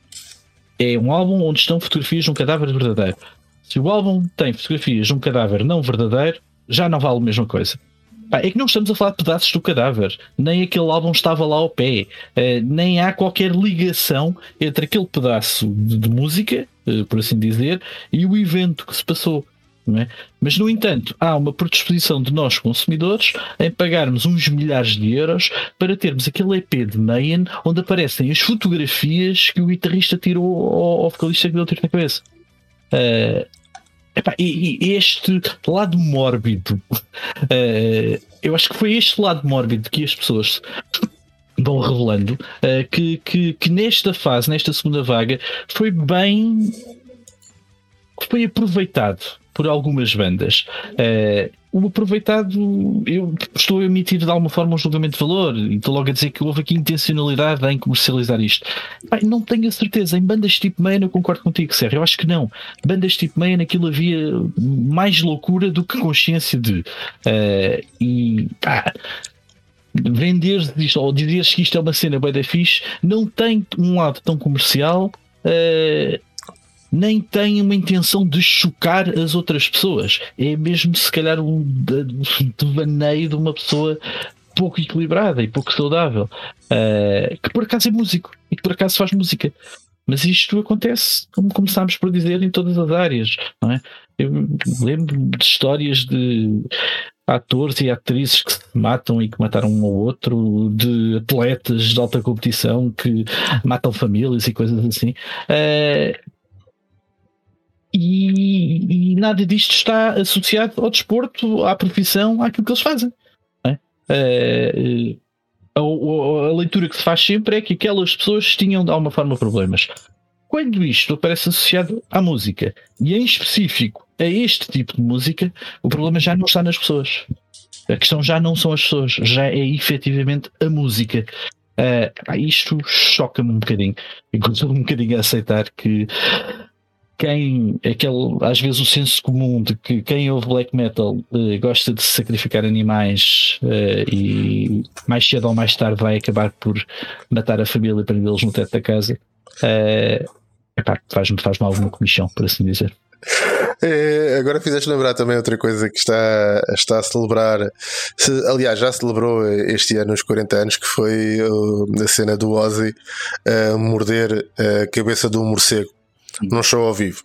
é um álbum onde estão fotografias de um cadáver verdadeiro. Se o álbum tem fotografias de um cadáver não verdadeiro, já não vale a mesma coisa. Pá, é que não estamos a falar de pedaços do cadáver, nem aquele álbum estava lá ao pé, uh, nem há qualquer ligação entre aquele pedaço de, de música, uh, por assim dizer, e o evento que se passou. Não é? Mas no entanto há uma predisposição de nós consumidores em pagarmos uns milhares de euros para termos aquele E P de Mayhem onde aparecem as fotografias que o guitarrista tirou ao, ao vocalista que deu tiro na cabeça. Uh, epá, e, e este lado mórbido, uh, eu acho que foi este lado mórbido que as pessoas vão revelando, uh, que, que, que nesta fase, nesta segunda vaga, foi bem, foi aproveitado por algumas bandas. Uh, o aproveitado, eu estou a emitir de alguma forma um julgamento de valor e estou logo a dizer que houve aqui intencionalidade em comercializar isto. Pai, não tenho a certeza. Em bandas tipo Maine eu concordo contigo, Sérgio. Eu acho que não. Bandas tipo Maine aquilo havia mais loucura do que consciência de. Uh, e pá, venderes isto ou dizeres que isto é uma cena bué da fixe não tem um lado tão comercial. Uh, nem tem uma intenção de chocar as outras pessoas. É mesmo se calhar um devaneio de uma pessoa pouco equilibrada e pouco saudável, uh, que por acaso é músico e que por acaso faz música. Mas isto acontece, como começámos por dizer, em todas as áreas, não é? Eu lembro de histórias de atores e atrizes que se matam e que mataram um ao outro, de atletas de alta competição que matam famílias e coisas assim. Uh, E, e nada disto está associado ao desporto, à profissão, àquilo que eles fazem. Não é? Uh, a, a, a leitura que se faz sempre é que aquelas pessoas tinham de alguma forma problemas. Quando isto aparece associado à música, e em específico a este tipo de música, o problema já não está nas pessoas. A questão já não são as pessoas, já é efetivamente a música. Uh, isto choca-me um bocadinho. Inclusive um bocadinho a aceitar que quem, aquele, às vezes o senso comum de que quem ouve black metal uh, gosta de sacrificar animais uh, e mais cedo ou mais tarde vai acabar por matar a família e prendê-los no teto da casa, uh, epá, faz-me faz alguma comissão, por assim dizer. É, agora fizeste lembrar também outra coisa que está, está a celebrar, se, aliás já celebrou este ano os quarenta anos, que foi uh, a cena do Ozzy uh, morder a cabeça de um morcego num show ao vivo.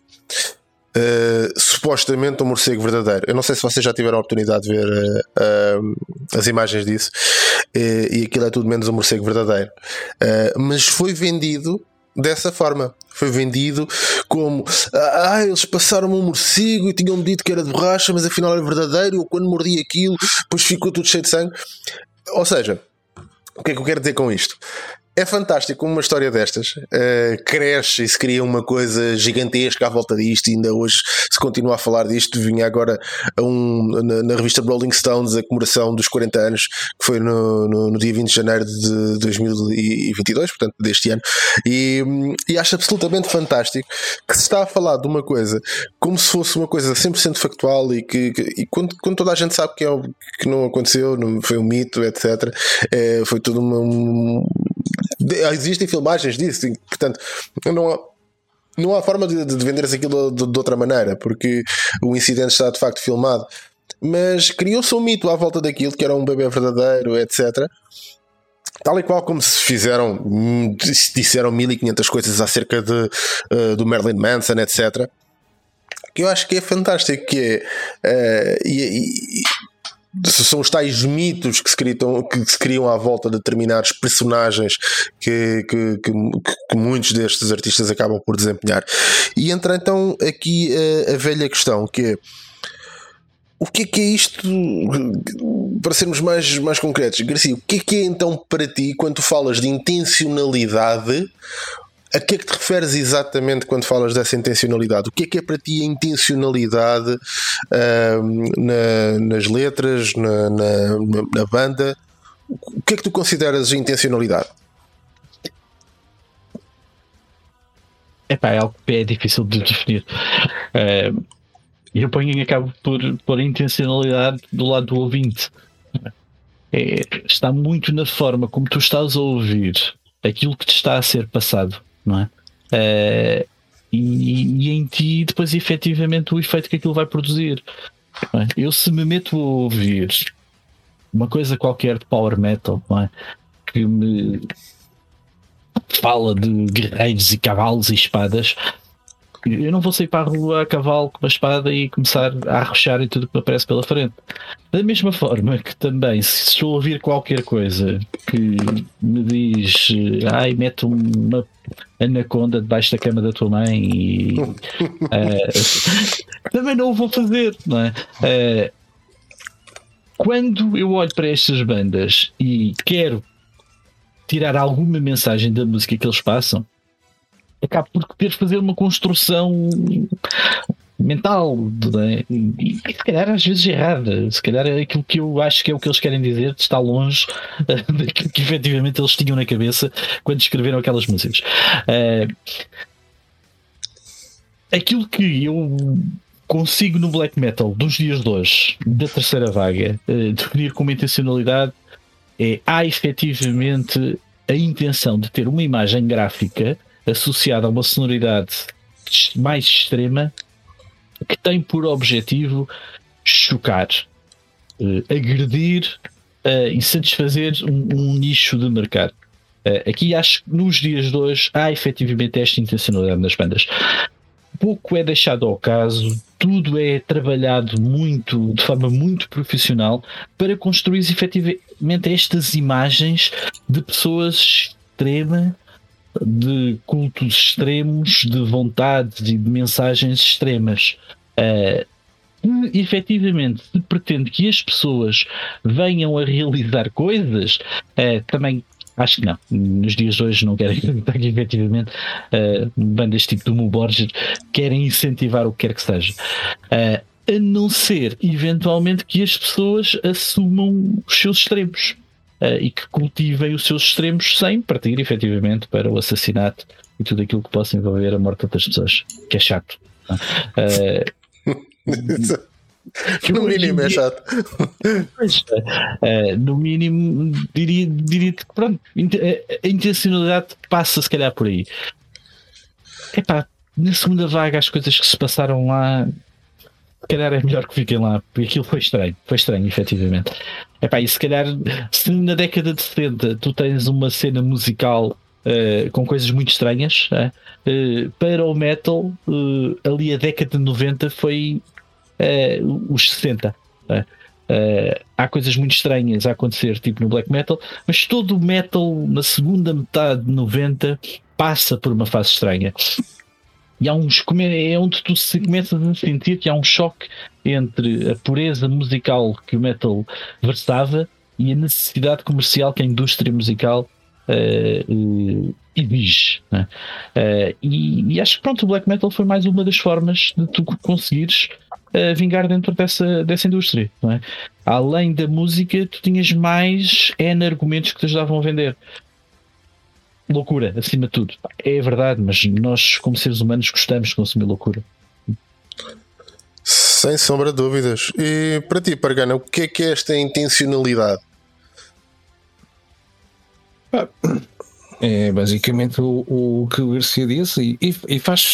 Uh, supostamente um morcego verdadeiro. Eu não sei se vocês já tiveram a oportunidade de ver uh, uh, as imagens disso, uh, e aquilo é tudo menos um morcego verdadeiro, uh, mas foi vendido dessa forma. Foi vendido como ah, eles passaram um morcego e tinham-me dito que era de borracha, mas afinal era verdadeiro. Eu quando mordi aquilo, depois ficou tudo cheio de sangue. Ou seja, o que é que eu quero dizer com isto? É fantástico como uma história destas uh, cresce e se cria uma coisa gigantesca à volta disto, e ainda hoje se continua a falar disto. Vinha agora a um, na, na revista Rolling Stones a comemoração dos quarenta anos, que foi no, no, no dia vinte de janeiro de dois mil e vinte e dois, portanto deste ano, e, e acho absolutamente fantástico que se está a falar de uma coisa como se fosse uma coisa cem por cento factual, e que, que e quando, quando toda a gente sabe que, é, que não aconteceu, não, foi um mito, etcétera. É, foi tudo uma... Um, existem filmagens disso, e, portanto não há, não há forma de, de venderes aquilo de, de outra maneira, porque o incidente está de facto filmado, mas criou-se um mito à volta daquilo, que era um bebê verdadeiro, etcétera. Tal e qual como se fizeram, se disseram mil e quinhentas coisas acerca de, uh, do Marilyn Manson, etcétera. Que eu acho que é fantástico, que é uh, e, e são os tais mitos que se criam, que se criam à volta de determinados personagens que, que, que, que muitos destes artistas acabam por desempenhar. E entra então aqui a, a velha questão, que é: o que é que é isto? Para sermos mais, mais concretos, Garcia, o que é que é então para ti quando tu falas de intencionalidade? A que é que te referes exatamente quando falas dessa intencionalidade? O que é que é para ti a intencionalidade uh, na, nas letras, na, na, na banda? O que é que tu consideras a intencionalidade? Epá, é algo que é difícil de definir. Uh, eu ponho e acabo por pôr a intencionalidade do lado do ouvinte. É, está muito na forma como tu estás a ouvir aquilo que te está a ser passado, não é? Uh, e, e em ti depois efetivamente o efeito que aquilo vai produzir, não é? Eu se me meto a ouvir uma coisa qualquer de power metal, não é? Que me fala de guerreiros e cavalos e espadas, eu não vou sair para a rua a cavalo com uma espada e começar a arrochar em tudo que me aparece pela frente. Da mesma forma que também, se estou a ouvir qualquer coisa que me diz, ai, mete uma anaconda debaixo da cama da tua mãe e uh, também não o vou fazer, não é? Uh, quando eu olho para estas bandas e quero tirar alguma mensagem da música que eles passam, acabo por ter de fazer uma construção mental, né? E se calhar às vezes errada, se calhar aquilo que eu acho que é o que eles querem dizer está longe uh, daquilo que efetivamente eles tinham na cabeça quando escreveram aquelas músicas. Uh, aquilo que eu consigo no black metal dos dias de hoje, da terceira vaga, uh, definir como intencionalidade é, há efetivamente a intenção de ter uma imagem gráfica associada a uma sonoridade mais extrema que tem por objetivo chocar, uh, agredir uh, e satisfazer um, um nicho de mercado. Uh, aqui acho que nos dias de hoje há efetivamente esta intencionalidade nas bandas. Pouco é deixado ao caso, tudo é trabalhado muito, de forma muito profissional para construir efetivamente estas imagens de pessoas extremas, de cultos extremos, de vontades e de mensagens extremas. Uh, e, efetivamente, se pretende que as pessoas venham a realizar coisas, uh, também acho que não. Nos dias de hoje não querem acreditar que efetivamente uh, bandas tipo do Mu Borges querem incentivar o que quer que seja. Uh, a não ser, eventualmente, que as pessoas assumam os seus extremos. Uh, e que cultivem os seus extremos sem partir efetivamente para o assassinato e tudo aquilo que possa envolver a morte de outras pessoas, que é chato. Uh, no mínimo é chato. Uh, no mínimo diria, diria que pronto, a intencionalidade passa se calhar por aí. Epá, na segunda vaga as coisas que se passaram lá, se calhar é melhor que fiquem lá, porque aquilo foi estranho, foi estranho, efetivamente. Epá, e se calhar, se na década de setenta tu tens uma cena musical uh, com coisas muito estranhas, uh, uh, para o metal, uh, ali a década de noventa foi uh, os sessenta. Uh, uh, há coisas muito estranhas a acontecer, tipo no black metal, mas todo o metal na segunda metade de noventa passa por uma fase estranha. E há uns, é onde tu se começas a sentir que há um choque entre a pureza musical que o metal versava e a necessidade comercial que a indústria musical uh, uh, exige. Né? Uh, e, e acho que pronto, o black metal foi mais uma das formas de tu conseguires uh, vingar dentro dessa, dessa indústria. Não é? Além da música, tu tinhas mais N argumentos que te ajudavam a vender. Loucura, acima de tudo. É verdade, mas nós, como seres humanos, gostamos de consumir loucura. Sem sombra de dúvidas. E para ti, Pargana, o que é que é esta intencionalidade? É basicamente o, o que o Garcia disse e, e faz.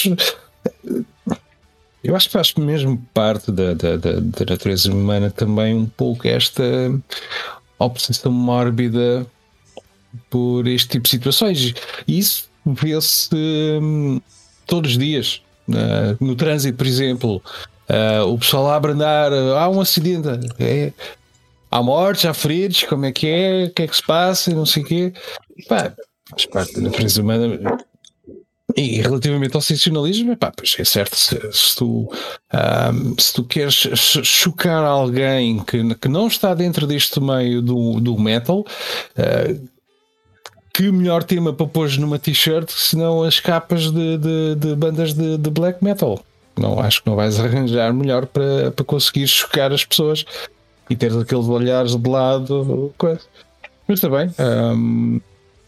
Eu acho que faz mesmo parte da, da, da, da natureza humana também um pouco esta obsessão mórbida por este tipo de situações. E isso vê-se hum, todos os dias. Uh, no trânsito, por exemplo, uh, o pessoal lá a brandar, há um acidente, é, há mortes, há feridos, como é que é, o que é que se passa, não sei o quê. Pá, faz parte da natureza humana. E relativamente ao sensacionalismo, pá, pois é certo, se, se, tu, um, se tu queres chocar alguém que, que não está dentro deste meio do, do metal, uh, que melhor tema para pôr numa t-shirt senão as capas de, de, de bandas de, de black metal? Não, acho que não vais arranjar melhor para, para conseguir chocar as pessoas e ter aqueles olhares de lado, coisa. Mas também um,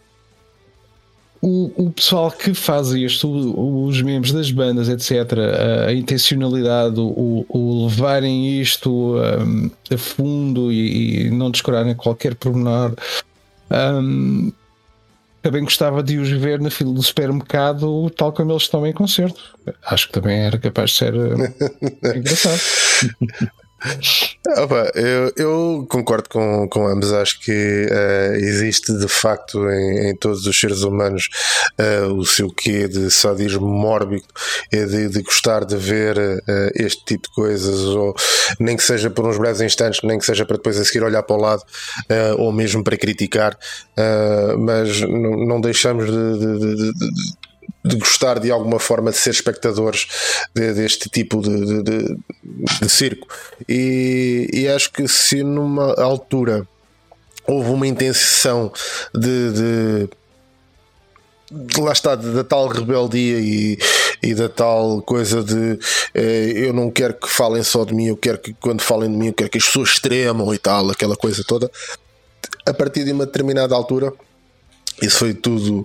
o, o pessoal que faz isto, os membros das bandas, etcétera, a intencionalidade, o, o levarem isto um, a fundo e, e não descurarem qualquer pormenor. Um, Também gostava de os ver na fila do supermercado, tal como eles estão em concerto. Acho que também era capaz de ser uh, engraçado. Opa, eu, eu concordo com, com ambos. Acho que uh, existe de facto em, em todos os seres humanos uh, o seu quê de sadismo mórbido, de, de gostar de ver uh, este tipo de coisas, ou nem que seja por uns breves instantes, nem que seja para depois a seguir olhar para o lado, uh, ou mesmo para criticar, uh, mas não, não deixamos de, de, de, de de gostar de alguma forma de ser espectadores de, deste tipo de, de, de, de circo, e, e acho que se numa altura houve uma intenção de, de, de lá está, da tal rebeldia e, e da tal coisa de eh, eu não quero que falem só de mim, eu quero que quando falem de mim eu quero que as pessoas tremam e tal, aquela coisa toda, a partir de uma determinada altura isso foi tudo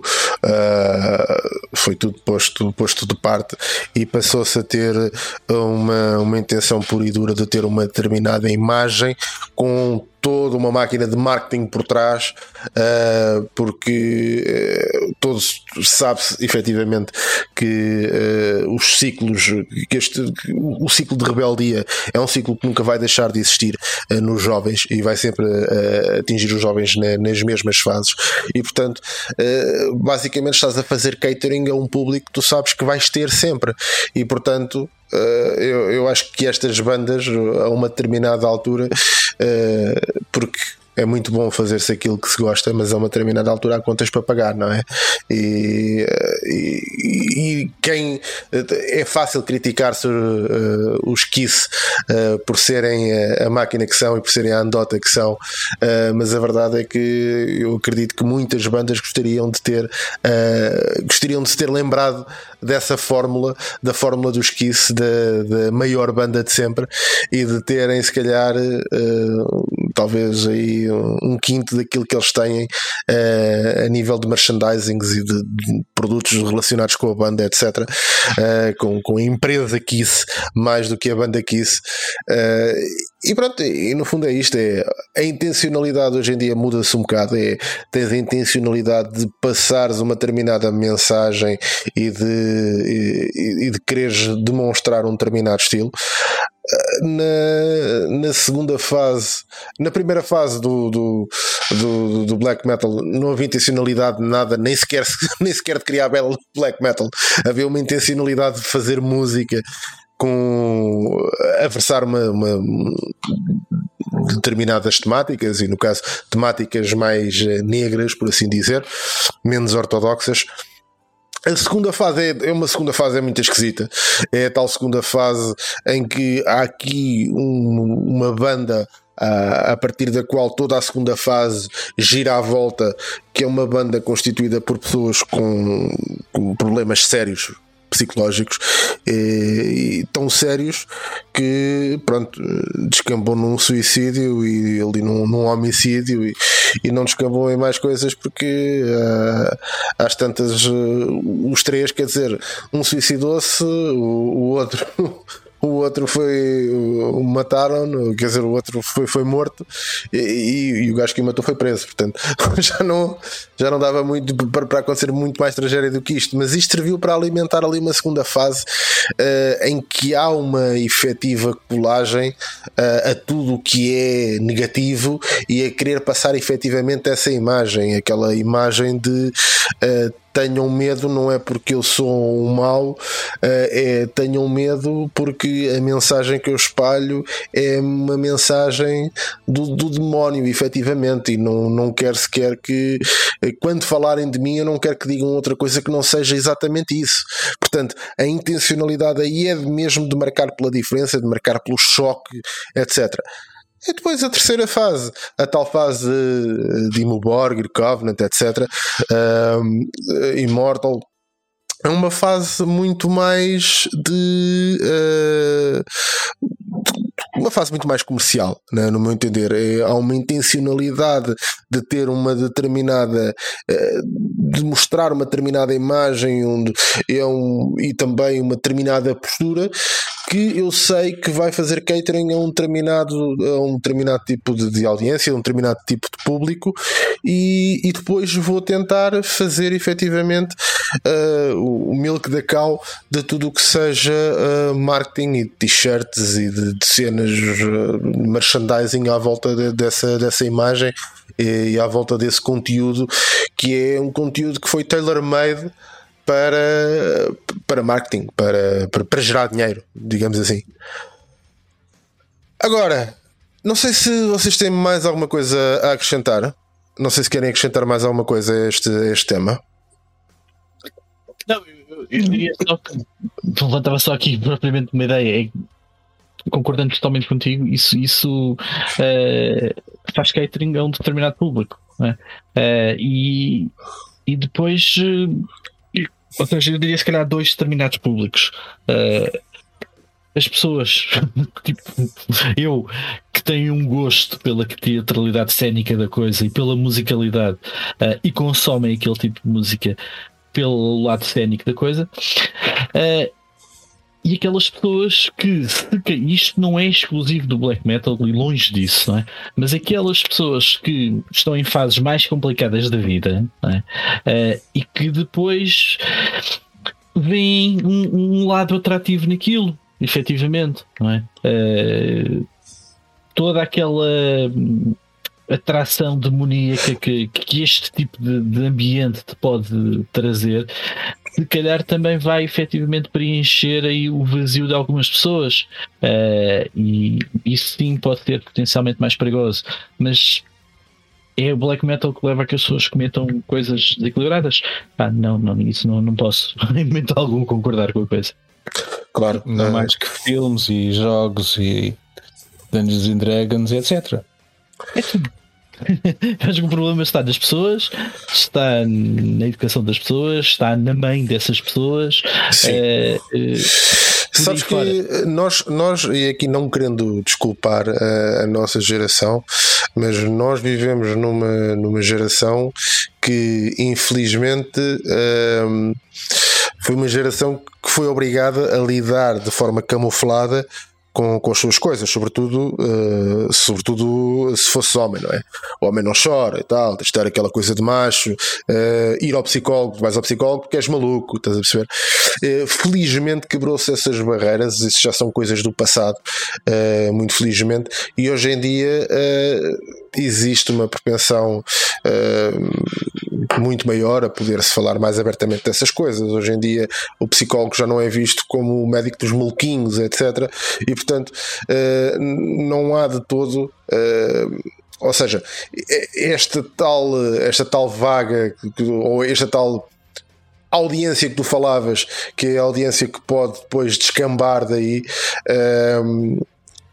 uh, foi tudo posto, posto de parte, e passou-se a ter uma, uma intenção pura e dura de ter uma determinada imagem com toda uma máquina de marketing por trás, uh, porque uh, todos sabe-se efetivamente que uh, os ciclos, que este, o ciclo de rebeldia é um ciclo que nunca vai deixar de existir uh, nos jovens, e vai sempre uh, atingir os jovens na, nas mesmas fases, e portanto uh, basicamente estás a fazer catering a um público que tu sabes que vais ter sempre, e portanto Uh, eu, eu acho que estas bandas a uma determinada altura, uh, porque é muito bom fazer-se aquilo que se gosta, mas a uma determinada altura há contas para pagar, não é? E, e, e quem é fácil criticar-se uh, os Kiss uh, por serem a, a máquina que são e por serem a andota que são, uh, mas a verdade é que eu acredito que muitas bandas gostariam de ter uh, gostariam de se ter lembrado dessa fórmula, da fórmula dos Kiss, da, da maior banda de sempre, e de terem se calhar uh, talvez aí um quinto daquilo que eles têm uh, a nível de merchandising e de, de produtos relacionados com a banda, etc, uh, com, com a empresa Kiss mais do que a banda Kiss, uh, e pronto, e no fundo é isto, é a intencionalidade hoje em dia muda-se um bocado, é, tens a intencionalidade de passares uma determinada mensagem e de, e, e de quereres demonstrar um determinado estilo. Na, na segunda fase, na primeira fase do, do, do, do black metal não havia intencionalidade de nada, nem sequer, nem sequer de criar black metal, havia uma intencionalidade de fazer música com a versar uma, uma determinadas temáticas, e no caso temáticas mais negras, por assim dizer, menos ortodoxas. A segunda fase é, é uma segunda fase é muito esquisita. É a tal segunda fase em que há aqui um, uma banda a, a partir da qual toda a segunda fase gira à volta, que é uma banda constituída por pessoas com, com problemas sérios psicológicos, e, e tão sérios que pronto, descambou num suicídio e ali num, num homicídio, e, e não descambou em mais coisas porque uh, às tantas uh, os três, quer dizer, um suicidou-se, o, o outro o outro foi o mataram, quer dizer, o outro foi, foi morto, e, e, e o gajo que o matou foi preso. Portanto, já não, já não dava muito para, para acontecer muito mais tragédia do que isto, mas isto serviu para alimentar ali uma segunda fase uh, em que há uma efetiva colagem uh, a tudo o que é negativo, e a querer passar efetivamente essa imagem, aquela imagem de uh, tenham medo, não é porque eu sou um mau, é tenham medo porque a mensagem que eu espalho é uma mensagem do, do demónio, efetivamente, e não, não quero sequer que, quando falarem de mim, eu não quero que digam outra coisa que não seja exatamente isso. Portanto, a intencionalidade aí é mesmo de marcar pela diferença, de marcar pelo choque, etcétera. E depois a terceira fase, a tal fase de Dimmu Borgir, Covenant, etcétera, um, Immortal, é uma fase muito mais de uh, uma fase muito mais comercial, né, no meu entender. É, há uma intencionalidade de ter uma determinada uh, de mostrar uma determinada imagem onde é um, e também uma determinada postura, que que eu sei que vai fazer catering a um determinado, a um determinado tipo de, de audiência, a um determinado tipo de público, e, e depois vou tentar fazer efetivamente uh, o milk da cow de tudo o que seja uh, marketing e de t-shirts e de, de cenas, uh, merchandising à volta de, dessa, dessa imagem e, e à volta desse conteúdo, que é um conteúdo que foi tailor-made para, para marketing, para, para, para gerar dinheiro, digamos assim. Agora, não sei se vocês têm mais alguma coisa a acrescentar. Não sei se querem acrescentar mais alguma coisa a este, a este tema. Não, eu, eu diria só que levantava só aqui propriamente uma ideia, é, concordando totalmente contigo, isso, isso uh, faz catering a um determinado público, não é? Uh, e, e depois, uh, ou seja, eu diria se calhar dois determinados públicos. Uh, as pessoas, tipo eu, que tenho um gosto pela teatralidade cénica da coisa e pela musicalidade, uh, e consomem aquele tipo de música pelo lado cénico da coisa, uh, e aquelas pessoas que, isto não é exclusivo do black metal e longe disso, não é? Mas aquelas pessoas que estão em fases mais complicadas da vida, não é? Uh, e que depois veem um, um lado atrativo naquilo, efetivamente, não é? Uh, toda aquela atração demoníaca que, que este tipo de, de ambiente te pode trazer, se calhar também vai efetivamente preencher aí o vazio de algumas pessoas, uh, e isso sim pode ser potencialmente mais perigoso, mas é o black metal que leva a que as pessoas cometam coisas desequilibradas? Ah, não, não, isso não, não posso em momento algum concordar com a coisa. Claro, não uh... mais que filmes e jogos e Dungeons and Dragons, etcétera. É tudo. Acho que o problema está nas pessoas, está na educação das pessoas, está na mãe dessas pessoas. É, é, Sabes que nós, nós, e aqui não querendo desculpar a, a nossa geração, mas nós vivemos numa, numa geração que infelizmente um, foi uma geração que foi obrigada a lidar de forma camuflada Com, com as suas coisas, sobretudo, uh, sobretudo se fosse homem, não é? O homem não chora e tal, tens de ter aquela coisa de macho, uh, ir ao psicólogo, vais ao psicólogo porque és maluco, estás a perceber? Uh, felizmente quebrou-se essas barreiras, isso já são coisas do passado, uh, muito felizmente, e hoje em dia uh, existe uma propensão uh, muito maior a poder-se falar mais abertamente dessas coisas. Hoje em dia o psicólogo já não é visto como o médico dos maluquinhos, etcétera. E portanto uh, não há de todo, uh, ou seja, esta tal, esta tal vaga ou esta tal audiência que tu falavas, que é a audiência que pode depois descambar daí, uh,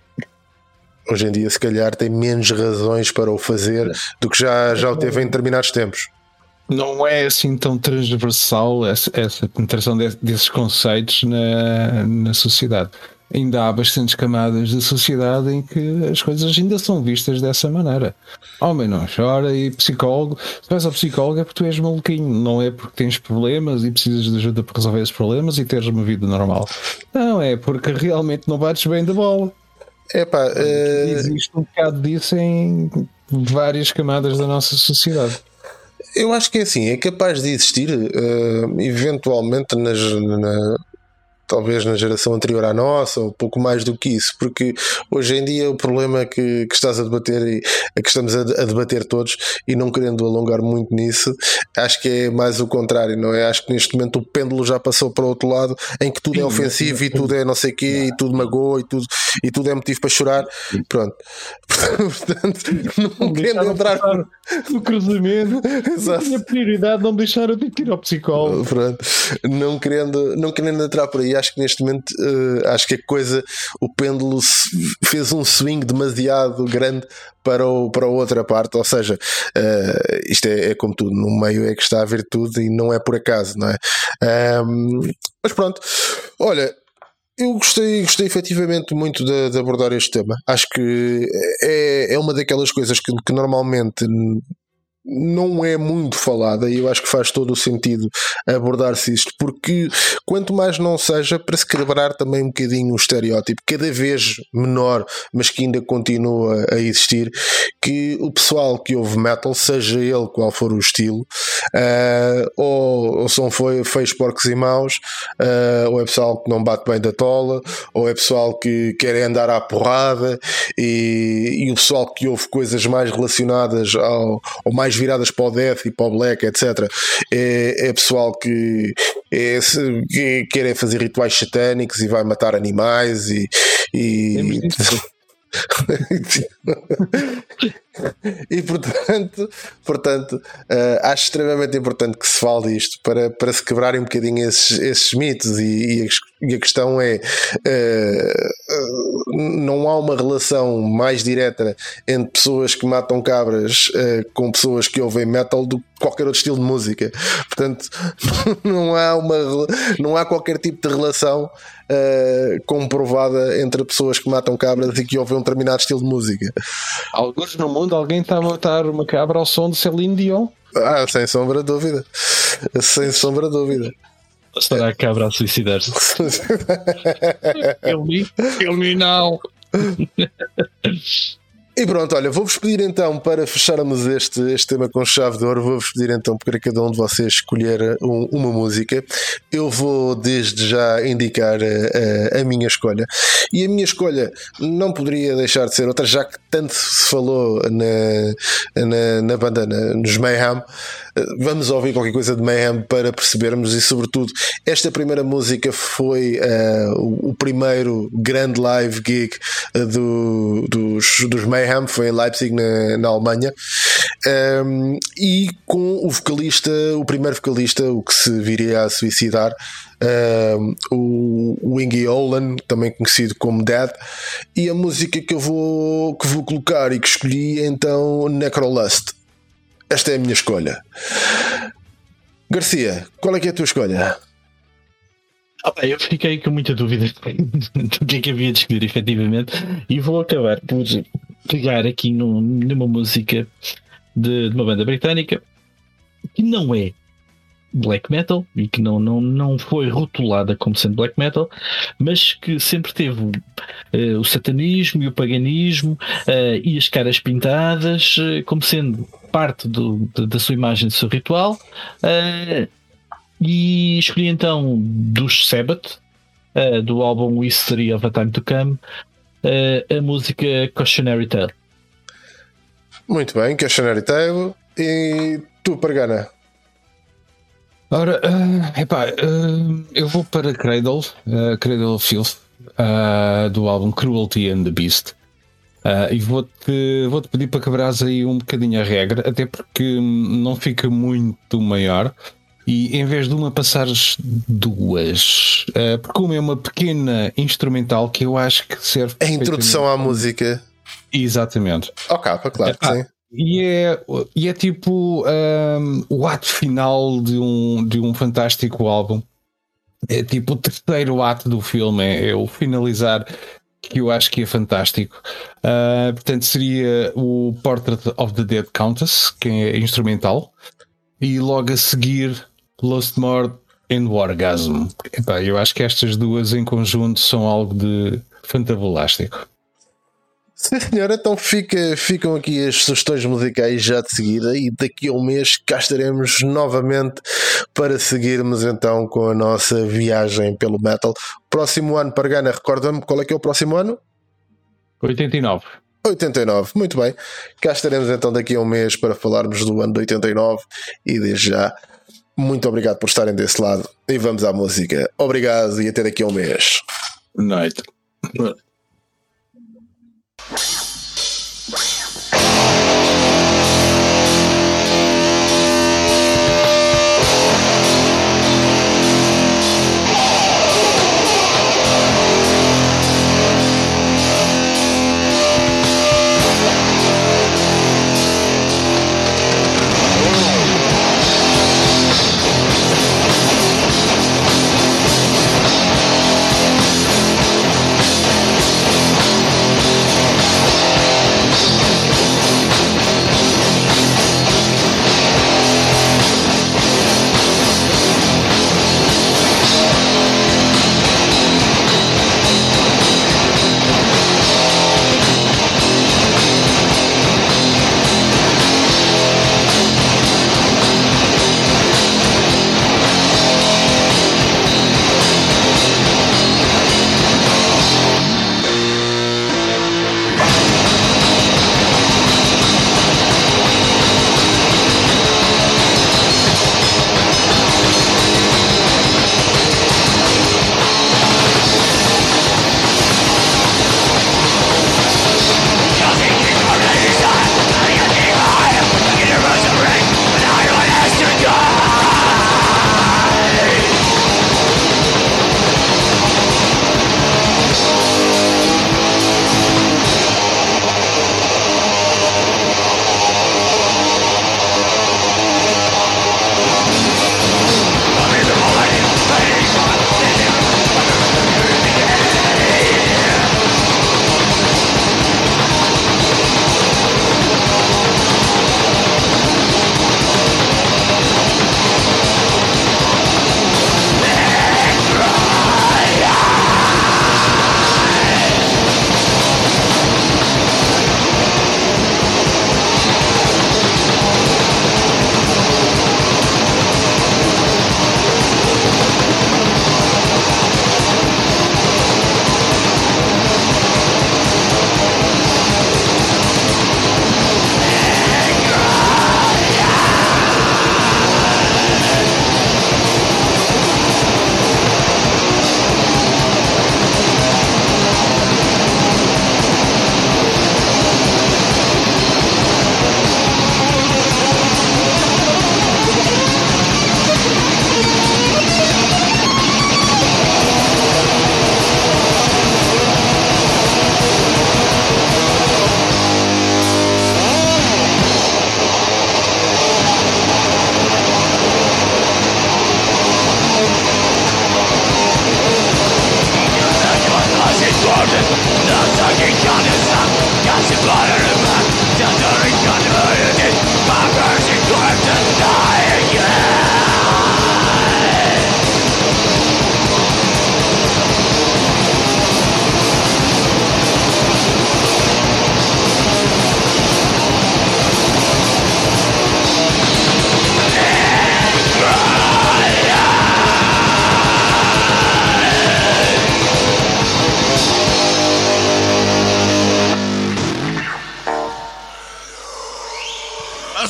hoje em dia se calhar tem menos razões para o fazer do que já, já o teve em determinados tempos. Não é assim tão transversal essa, essa penetração de, desses conceitos na, na sociedade. Ainda há bastantes camadas da sociedade em que as coisas ainda são vistas dessa maneira. Homem não chora e psicólogo. Se vais ao psicólogo é porque tu és maluquinho, não é porque tens problemas e precisas de ajuda para resolver esses problemas e teres uma vida normal. Não, é porque realmente não bates bem da bola. Epá, uh... Existe um bocado disso em várias camadas da nossa sociedade. Eu acho que é assim, é capaz de existir uh, eventualmente nas, na, talvez na geração anterior à nossa, ou pouco mais do que isso, porque hoje em dia o problema que, que estás a debater e que estamos a, a debater todos, e não querendo alongar muito nisso, acho que é mais o contrário, não é? Acho que neste momento o pêndulo já passou para o outro lado, em que tudo é ofensivo e tudo é não sei o quê, e tudo magoa e tudo, e tudo é motivo para chorar. Pronto, portanto, não querendo entrar no cruzamento. Exato. A minha prioridade não me deixaram de ir ao psicólogo. Pronto. Não querendo, não querendo entrar por aí, acho que neste momento uh, acho que a coisa, o pêndulo fez um swing demasiado grande para, o, para a outra parte, ou seja, uh, isto é, é como tudo, no meio é que está a virtude e não é por acaso, não é? Um, mas pronto, olha, eu gostei, gostei efetivamente muito de, de abordar este tema. Acho que é, é uma daquelas coisas que, que normalmente não é muito falada, e eu acho que faz todo o sentido abordar-se isto, porque quanto mais não seja, para se quebrar também um bocadinho o estereótipo, cada vez menor, mas que ainda continua a existir, que o pessoal que ouve metal, seja ele qual for o estilo, uh, ou, ou são feios, porcos e maus, uh, ou é pessoal que não bate bem da tola, ou é pessoal que quer andar à porrada, e, e o pessoal que ouve coisas mais relacionadas ao, ou mais viradas para o death e para o black, etcétera, é, é pessoal que, é, que quer fazer rituais satânicos e vai matar animais e, e... e portanto, portanto uh, acho extremamente importante que se fale disto para, para se quebrarem um bocadinho esses, esses mitos e, e, a, e a questão é uh, uh, não há uma relação mais direta entre pessoas que matam cabras uh, com pessoas que ouvem metal do que qualquer outro estilo de música. Portanto, não há, uma, não há qualquer tipo de relação uh, comprovada entre pessoas que matam cabras e que ouvem um determinado estilo de música. Alguns no mundo alguém está a matar uma cabra ao som de Celine Dion. Ah, sem sombra de dúvida. Sem sombra de dúvida. Estará a cabra a suicidar-se. Ele me não. E pronto, olha, vou-vos pedir então, para fecharmos este, este tema com chave de ouro, vou-vos pedir então para cada um de vocês escolher um, uma música. Eu vou desde já indicar a, a, a minha escolha, e a minha escolha não poderia deixar de ser outra, já que tanto se falou na, na, na banda, na, nos Mayhem. Vamos ouvir qualquer coisa de Mayhem para percebermos, e sobretudo esta primeira música foi uh, o, o primeiro grande live gig uh, do, dos, dos Mayhem, foi em Leipzig, na, na Alemanha, um, e com o vocalista, o primeiro vocalista, o que se viria a suicidar, um, o, o Ingi Olan, também conhecido como Dead, e a música que eu vou, que vou colocar e que escolhi então, Necrolust. Esta é a minha escolha. Garcia, qual é que é a tua escolha? Ah, eu fiquei com muita dúvida do que é que havia de escolher efetivamente, e vou acabar por pegar aqui no, numa música de, de uma banda britânica que não é black metal e que não, não, não foi rotulada como sendo black metal, mas que sempre teve uh, o satanismo e o paganismo uh, e as caras pintadas uh, como sendo parte do, de, da sua imagem, do seu ritual, uh, e escolhi então dos Sabbath, uh, do álbum History of a Time to Come, uh, a música Cautionary Tale. Muito bem, Cautionary Tale. E tu, Pargana? Ora, uh, epá, uh, eu vou para Cradle, uh, Cradle of Filth, uh, do álbum Cruelty and the Beast. Uh, e vou-te vou-te pedir para quebrares aí um bocadinho a regra, até porque não fica muito maior, e em vez de uma passares duas, uh, porque uma é uma pequena instrumental que eu acho que serve a introdução à música. Exatamente. Ok, claro que ah, sim. E é, e é tipo um, o ato final de um, de um fantástico álbum. É tipo o terceiro ato do filme, é, é o finalizar, que eu acho que é fantástico. Uh, portanto, seria o Portrait of the Dead Countess, que é instrumental, e logo a seguir Lost More and Orgasm. Epá, eu acho que estas duas em conjunto são algo de fantabulástico. Sim, senhora, então fica, ficam aqui as sugestões musicais já de seguida, e daqui a um mês cá estaremos novamente para seguirmos então com a nossa viagem pelo metal. Próximo ano, Pargana, recorda-me qual é que é o próximo ano? oitenta e nove. oitenta e nove, muito bem. Cá estaremos então daqui a um mês para falarmos do ano de oitenta e nove, e desde já, muito obrigado por estarem desse lado, e vamos à música. Obrigado e até daqui a um mês. Night. We'll be right back.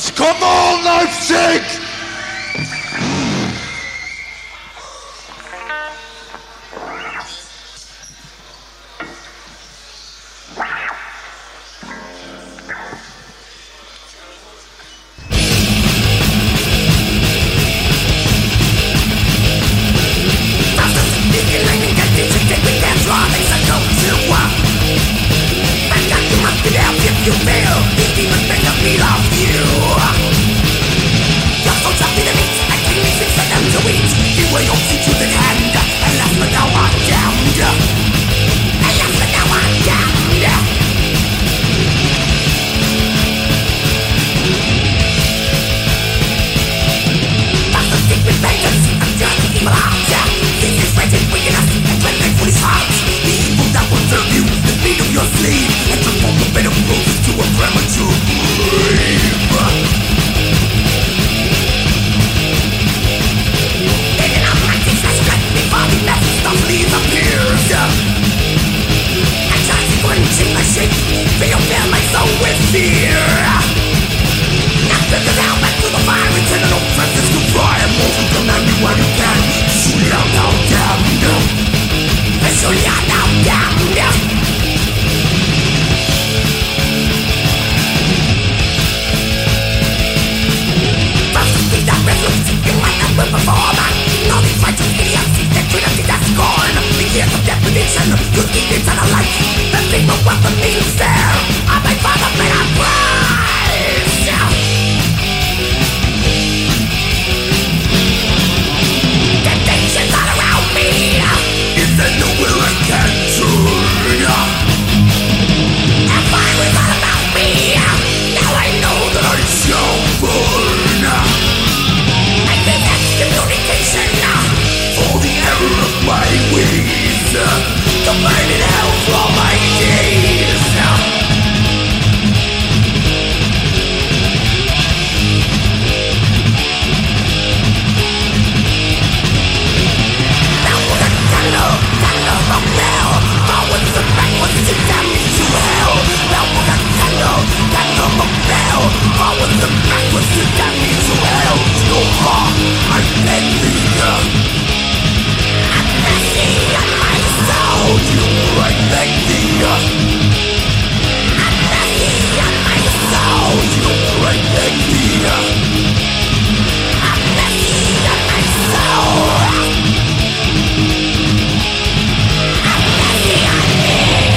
Let's come on, Leipzig! You feel these demons make a meal of you. You're so tough in the meat, and cleanly fix for them to eat. You will not see to the hand, and last but now I'm damned. And last but now I'm damned. That's the secret vengeance of just evil heart. This is wretched wickedness and cleansing foolish hearts. The evil that will serve you, the speed of your sleeve, and transform the bed of roses to a premature grave. In an almighty flash cut before the message of leaves appears, and just quenching the shake, feel fill my soul with fear. Now take it out back to the fire and turn it on Francisco Fry, and move to command me when you can. Shoot it out now, damned. And shoot it out now, damned. That resolute, you might not will perform. All these righteous idiots, that trinity that scorn. The years of definition, you keep eternal life. The thing of what the means there, I my father made a price. Temptations all around me. Is there nowhere I can turn? And fire is all about me. Now I know that I shall burn. Communication for the error of my ways, to burn in hell for all my days. Now we're gonna candle, candle from hell, forwards and backwards to damn me to hell. Now we're gonna candle, candle from hell, forwards and backwards to damn me to hell. No more. I beg thee, have mercy on my soul. You, I beg thee, have mercy on my soul. You, I beg thee, have mercy on my soul. Have mercy on me.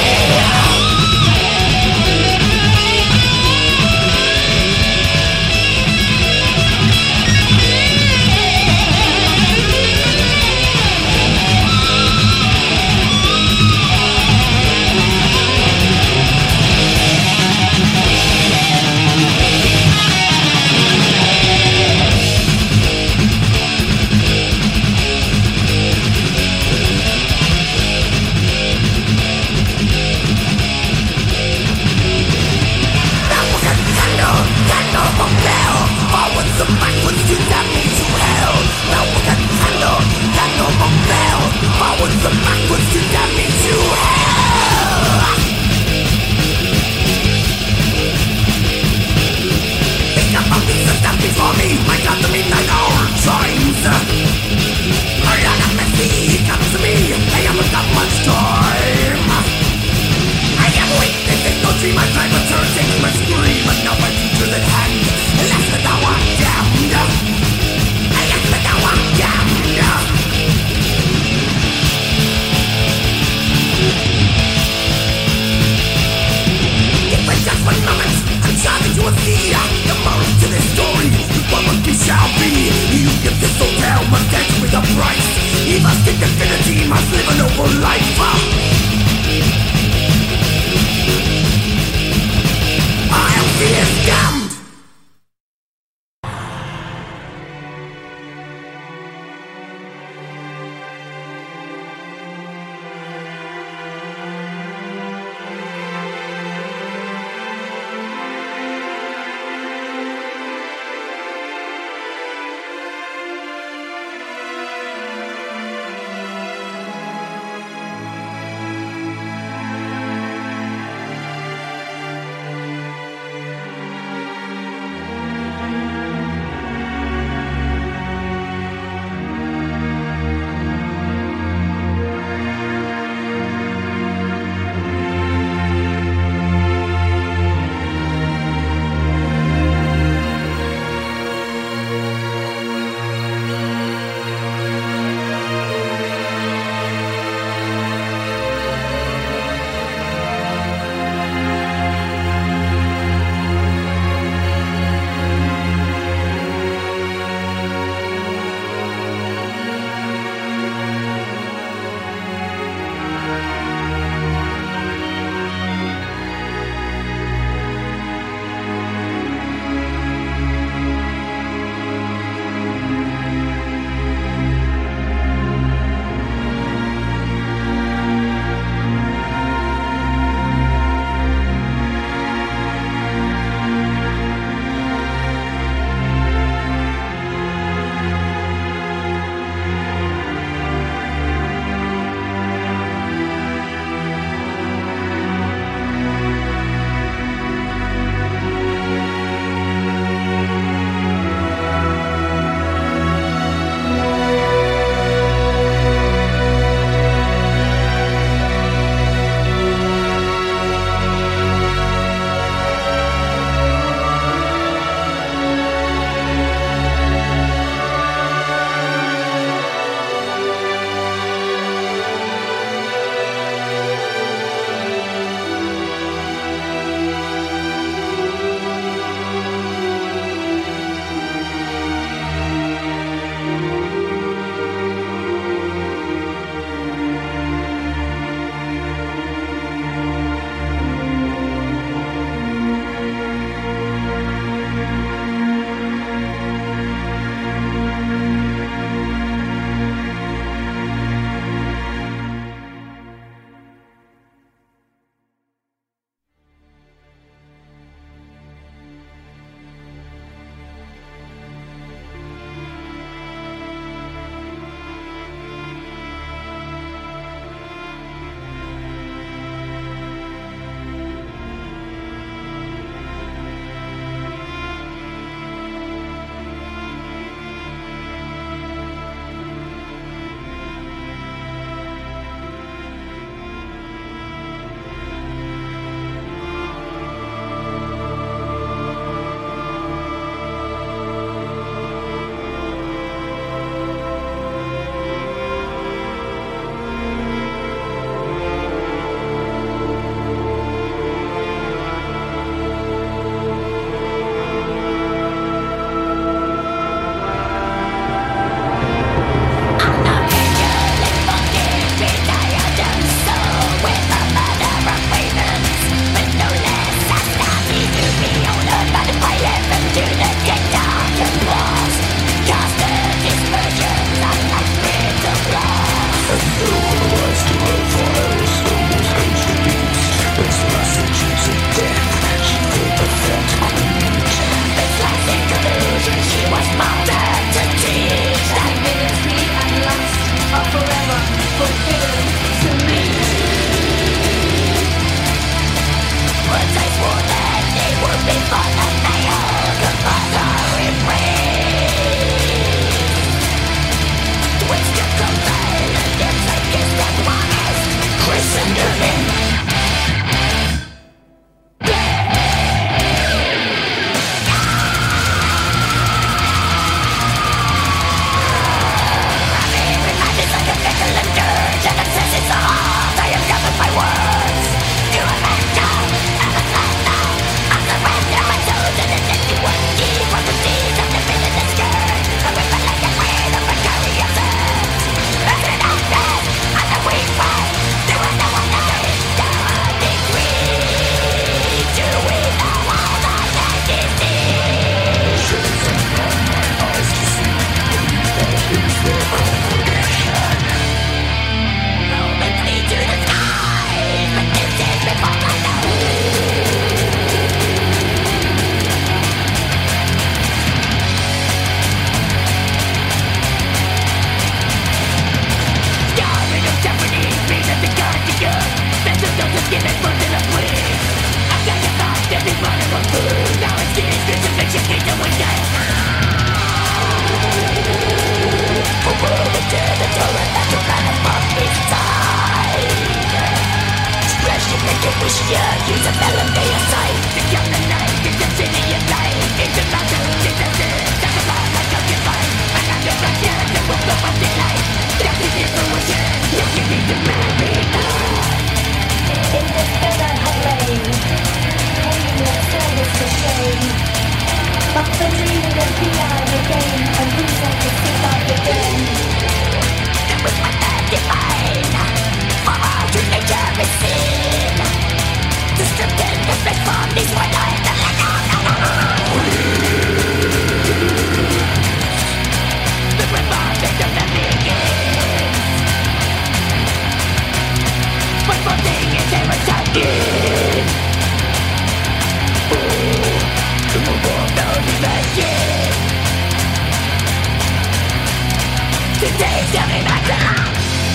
Today's coming back to life.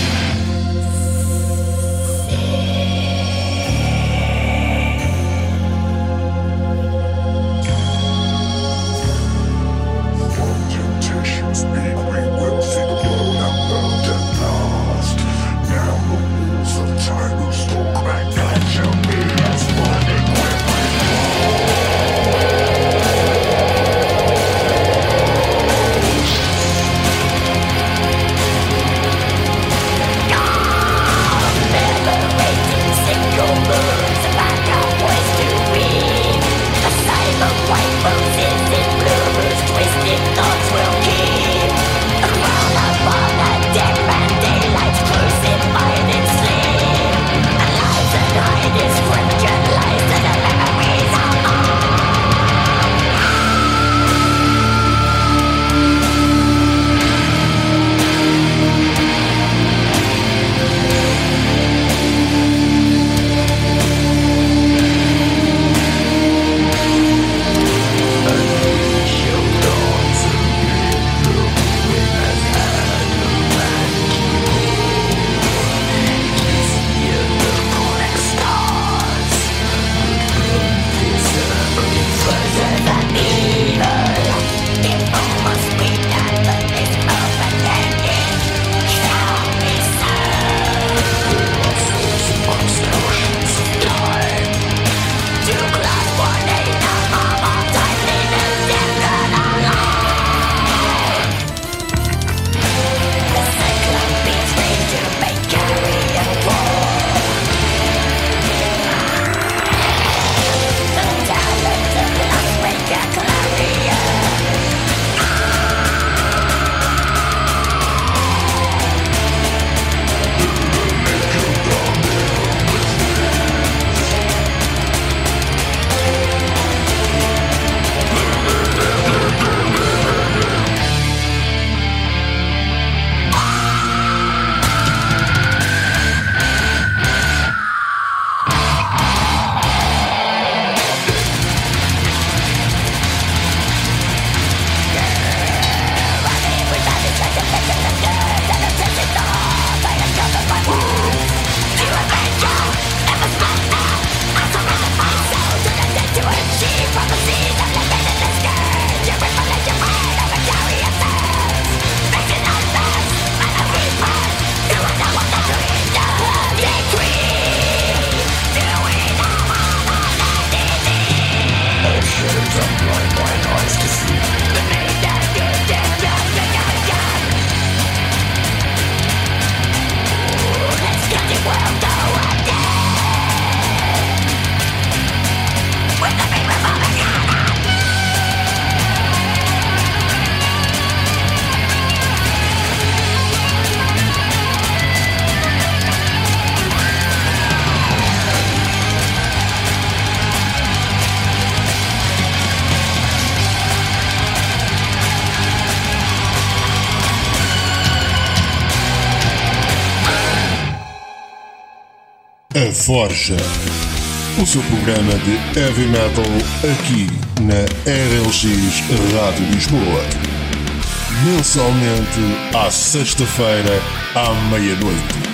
Temptations make we will think we're numbered and lost. Now the rules of time will stalk back and shall be as running when we Single moons about our voice to read. A silent white roses in blues, twisted thoughts will keep. A crown upon a dead man, daylight's crucified in sleep. And lies and hide is scripture, lies and the memories are A Forja, o seu programa de heavy metal aqui na R L X Rádio Lisboa. Mensalmente à sexta-feira à meia-noite.